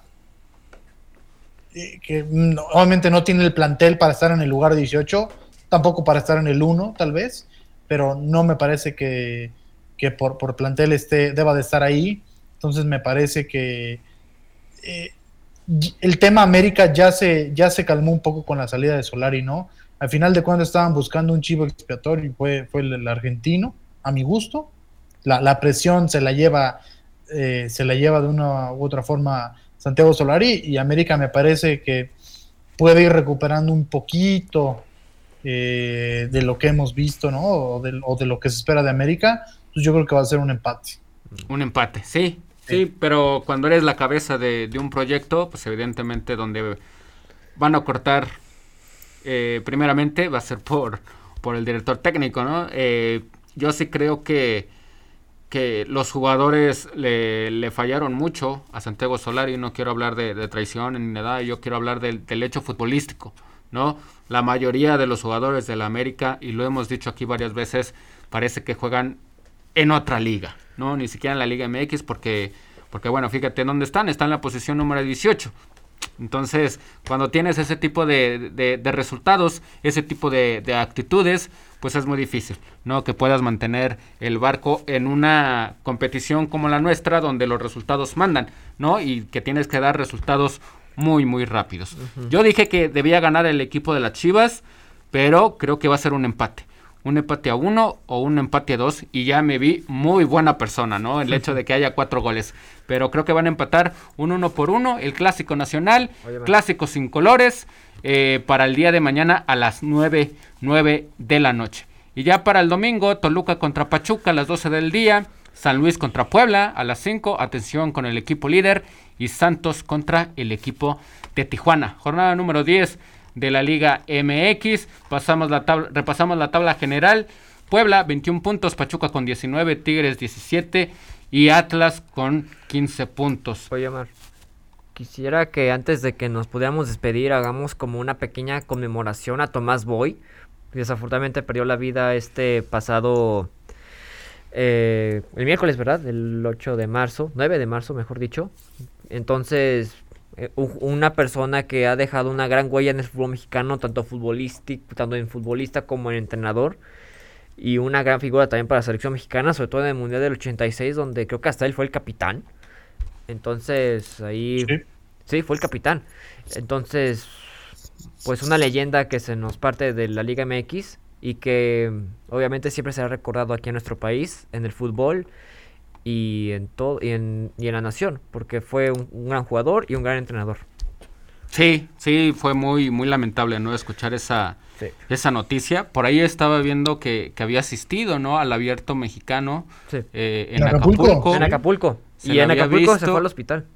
que obviamente no tiene el plantel para estar en el lugar 18, tampoco para estar en el 1, tal vez, pero no me parece que que por plantel deba de estar ahí. Entonces me parece que el tema América ya se calmó un poco con la salida de Solari, ¿no? Al final de cuentas estaban buscando un chivo expiatorio y fue el argentino, a mi gusto. La presión se la lleva de una u otra forma Santiago Solari, y América me parece que puede ir recuperando un poquito de lo que hemos visto, ¿no? O de lo que se espera de América. Entonces yo creo que va a ser un empate. Un empate, sí, pero cuando eres la cabeza de un proyecto, pues evidentemente donde van a cortar primeramente va a ser por el director técnico, ¿no? Yo sí creo que los jugadores le fallaron mucho a Santiago Solari. No quiero hablar de traición ni nada, yo quiero hablar del hecho futbolístico, ¿no? La mayoría de los jugadores de la América, y lo hemos dicho aquí varias veces, parece que juegan en otra liga, ¿no? Ni siquiera en la Liga MX, porque bueno, fíjate dónde están en la posición número 18. Entonces, cuando tienes ese tipo de resultados, ese tipo de actitudes, pues es muy difícil, ¿no? Que puedas mantener el barco en una competición como la nuestra, donde los resultados mandan, ¿no? Y que tienes que dar resultados muy, muy rápidos. Uh-huh. Yo dije que debía ganar el equipo de las Chivas, pero creo que va a ser un empate. Un empate a 1 o un empate a 2, y ya me vi muy buena persona, ¿no? El hecho de que haya 4 goles. Pero creo que van a empatar un 1-1, el Clásico Nacional, Clásico sin colores, para el día de mañana a las 9 de la noche. Y ya para el domingo, Toluca contra Pachuca a las 12 del día, San Luis contra Puebla a las 5, atención con el equipo líder, y Santos contra el equipo de Tijuana. Jornada número 10 de la Liga MX. Repasamos la tabla general. Puebla 21 puntos, Pachuca con 19, Tigres 17 y Atlas con 15 puntos. Oye, Omar, quisiera que antes de que nos pudiéramos despedir hagamos como una pequeña conmemoración a Tomás Boy. Desafortunadamente perdió la vida este pasado el miércoles, ¿verdad? El 9 de marzo, mejor dicho. Entonces, una persona que ha dejado una gran huella en el fútbol mexicano, tanto en futbolista como en entrenador, y una gran figura también para la selección mexicana, sobre todo en el Mundial del 86, donde creo que hasta él fue el capitán. Entonces, ahí sí fue el capitán. Entonces, pues una leyenda que se nos parte de la Liga MX y que obviamente siempre será recordado aquí en nuestro país, en el fútbol y en todo y en la nación, porque fue un gran jugador y un gran entrenador. Sí, fue muy muy lamentable, ¿no? Escuchar esa noticia. Por ahí estaba viendo que había asistido, ¿no? Al Abierto Mexicano en Acapulco. En Acapulco. Y en Acapulco se fue al hospital.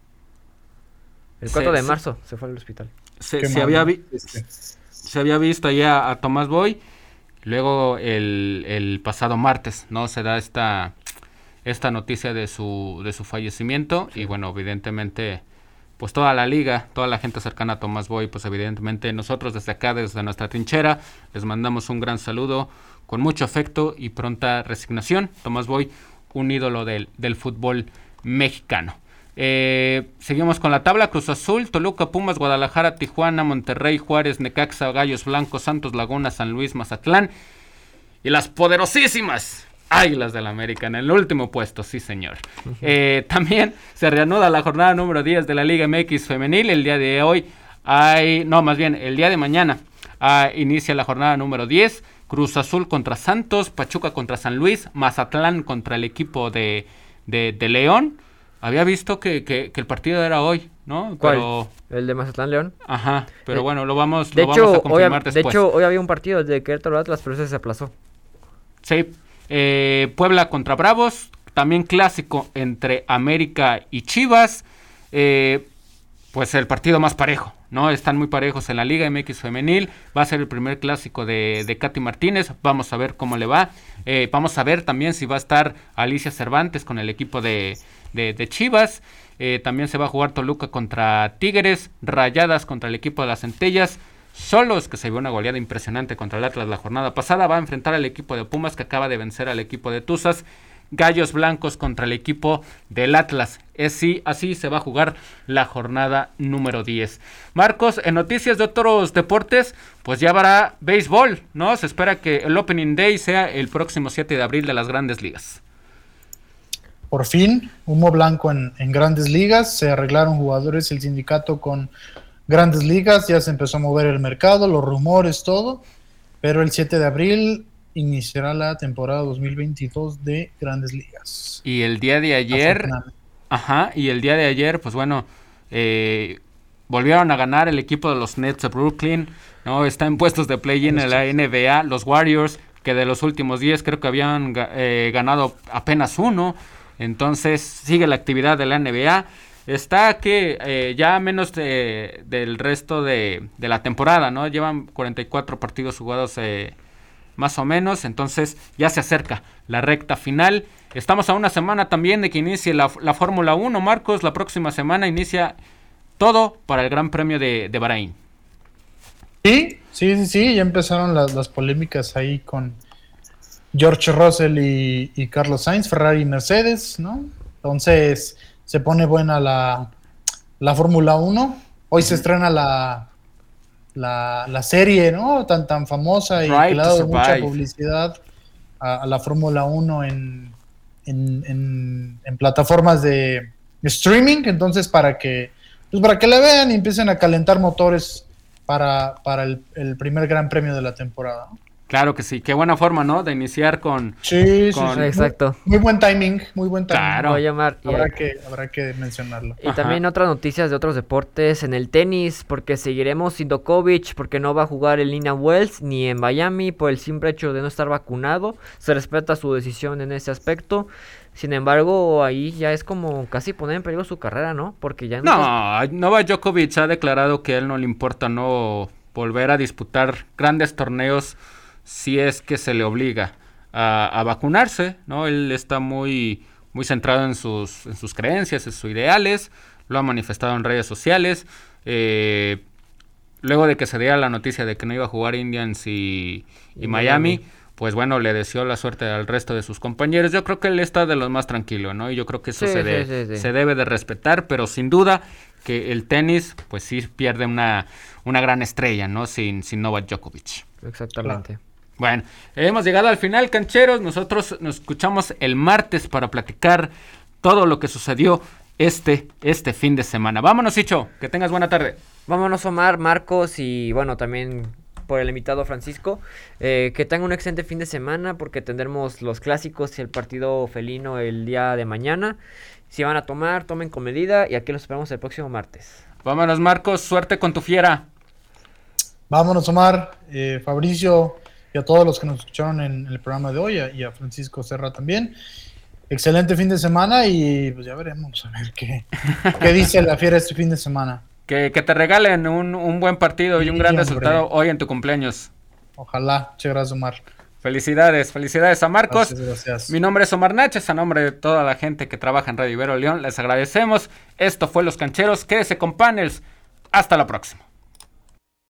El 4 de marzo se fue al hospital. Se había visto allá a Tomás Boy. Luego el pasado martes, ¿no? Se da esta noticia de su fallecimiento. Y bueno, evidentemente, pues toda la liga, toda la gente cercana a Tomás Boy, pues evidentemente nosotros desde acá, desde nuestra trinchera, les mandamos un gran saludo con mucho afecto y pronta resignación. Tomás Boy, un ídolo del fútbol mexicano. Seguimos con la tabla. Cruz Azul, Toluca, Pumas, Guadalajara, Tijuana, Monterrey, Juárez, Necaxa, Gallos Blancos, Santos Laguna, San Luis, Mazatlán y las poderosísimas Águilas del América en el último puesto, sí señor. También se reanuda la jornada número 10 de la Liga MX femenil. El día de hoy el día de mañana inicia la jornada número 10. Cruz Azul contra Santos, Pachuca contra San Luis, Mazatlán contra el equipo de León. Había visto que el partido era hoy, ¿no? ¿Cuál? ¿El de Mazatlán-León? Ajá, pero bueno, lo vamos a confirmar después. De hecho, hoy había un partido de Querétaro Atlas, pero ese se aplazó. Sí. Puebla contra Bravos, también clásico entre América y Chivas. Pues el partido más parejo, ¿no? Están muy parejos en la Liga MX femenil. Va a ser el primer clásico de Katy Martínez. Vamos a ver cómo le va. Vamos a ver también si va a estar Alicia Cervantes con el equipo de Chivas. También se va a jugar Toluca contra Tigres, Rayadas contra el equipo de las Centellas, Xolos, que se vio una goleada impresionante contra el Atlas la jornada pasada, va a enfrentar al equipo de Pumas, que acaba de vencer al equipo de Tuzas. Gallos Blancos contra el equipo del Atlas. Así se va a jugar la jornada número 10. Marcos, en noticias de otros deportes, pues ya habrá béisbol, ¿no? Se espera que el Opening Day sea el próximo 7 de abril de las Grandes Ligas. por fin, humo blanco en Grandes Ligas, se arreglaron jugadores, el sindicato con Grandes Ligas, ya se empezó a mover el mercado, los rumores, todo, pero el 7 de abril iniciará la temporada 2022 de Grandes Ligas. Y el día de ayer, pues bueno, volvieron a ganar el equipo de los Nets de Brooklyn, ¿no? Está en puestos de play-in en la NBA, los Warriors, que de los últimos 10 creo que habían ganado apenas uno, entonces sigue la actividad de la NBA. Está que ya menos del resto de la temporada, ¿no? Llevan 44 partidos jugados más o menos, entonces ya se acerca la recta final. Estamos a una semana también de que inicie la Fórmula 1, Marcos. La próxima semana inicia todo para el Gran Premio de Bahrein. Sí, ya empezaron las polémicas ahí con George Russell y Carlos Sainz, Ferrari y Mercedes, ¿no? Entonces se pone buena la Fórmula 1. Hoy se estrena la serie, ¿no? Tan famosa y que le ha dado mucha publicidad a la Fórmula 1 en plataformas de streaming. Entonces para que la vean y empiecen a calentar motores para el primer Gran Premio de la temporada, ¿no? Claro que sí, qué buena forma, ¿no? De iniciar con... Sí, exacto. Muy buen timing. Claro. Voy a llamar. Habrá que mencionarlo. Y también otras noticias de otros deportes en el tenis, porque seguiremos sin Djokovic, porque no va a jugar en Indian Wells ni en Miami por el simple hecho de no estar vacunado. Se respeta su decisión en ese aspecto. Sin embargo, ahí ya es como casi poner en peligro su carrera, ¿no? Porque ya Novak Djokovic ha declarado que a él no le importa no volver a disputar grandes torneos si es que se le obliga a vacunarse, ¿no? Él está muy centrado en sus creencias, en sus ideales, lo ha manifestado en redes sociales. Luego de que se diera la noticia de que no iba a jugar Indians y Miami, pues bueno, le deseó la suerte al resto de sus compañeros. Yo creo que él está de los más tranquilo, ¿no? Y yo creo que eso se debe de respetar, pero sin duda que el tenis, pues sí pierde una gran estrella, ¿no? Sin Novak Djokovic. Exactamente. Claro. Bueno, hemos llegado al final, cancheros. Nosotros nos escuchamos el martes para platicar todo lo que sucedió este fin de semana. Vámonos, Icho, que tengas buena tarde. Vámonos, Omar, Marcos y bueno, también por el invitado Francisco. Que tengan un excelente fin de semana porque tendremos los clásicos y el partido felino el día de mañana. Si van a tomar, tomen con medida y aquí los esperamos el próximo martes. Vámonos, Marcos, suerte con tu fiera. Vámonos, Omar, Fabricio y a todos los que nos escucharon en el programa de hoy y a Francisco Serra también. Excelente fin de semana y pues ya veremos a ver qué dice la fiera este fin de semana. Que te regalen un buen partido y un gran resultado hoy en tu cumpleaños. Ojalá. Muchas gracias, Omar. Felicidades a Marcos. Gracias. Mi nombre es Omar Naches, a nombre de toda la gente que trabaja en Radio Ibero León, les agradecemos. Esto fue Los Cancheros, quédese con Panels. Hasta la próxima.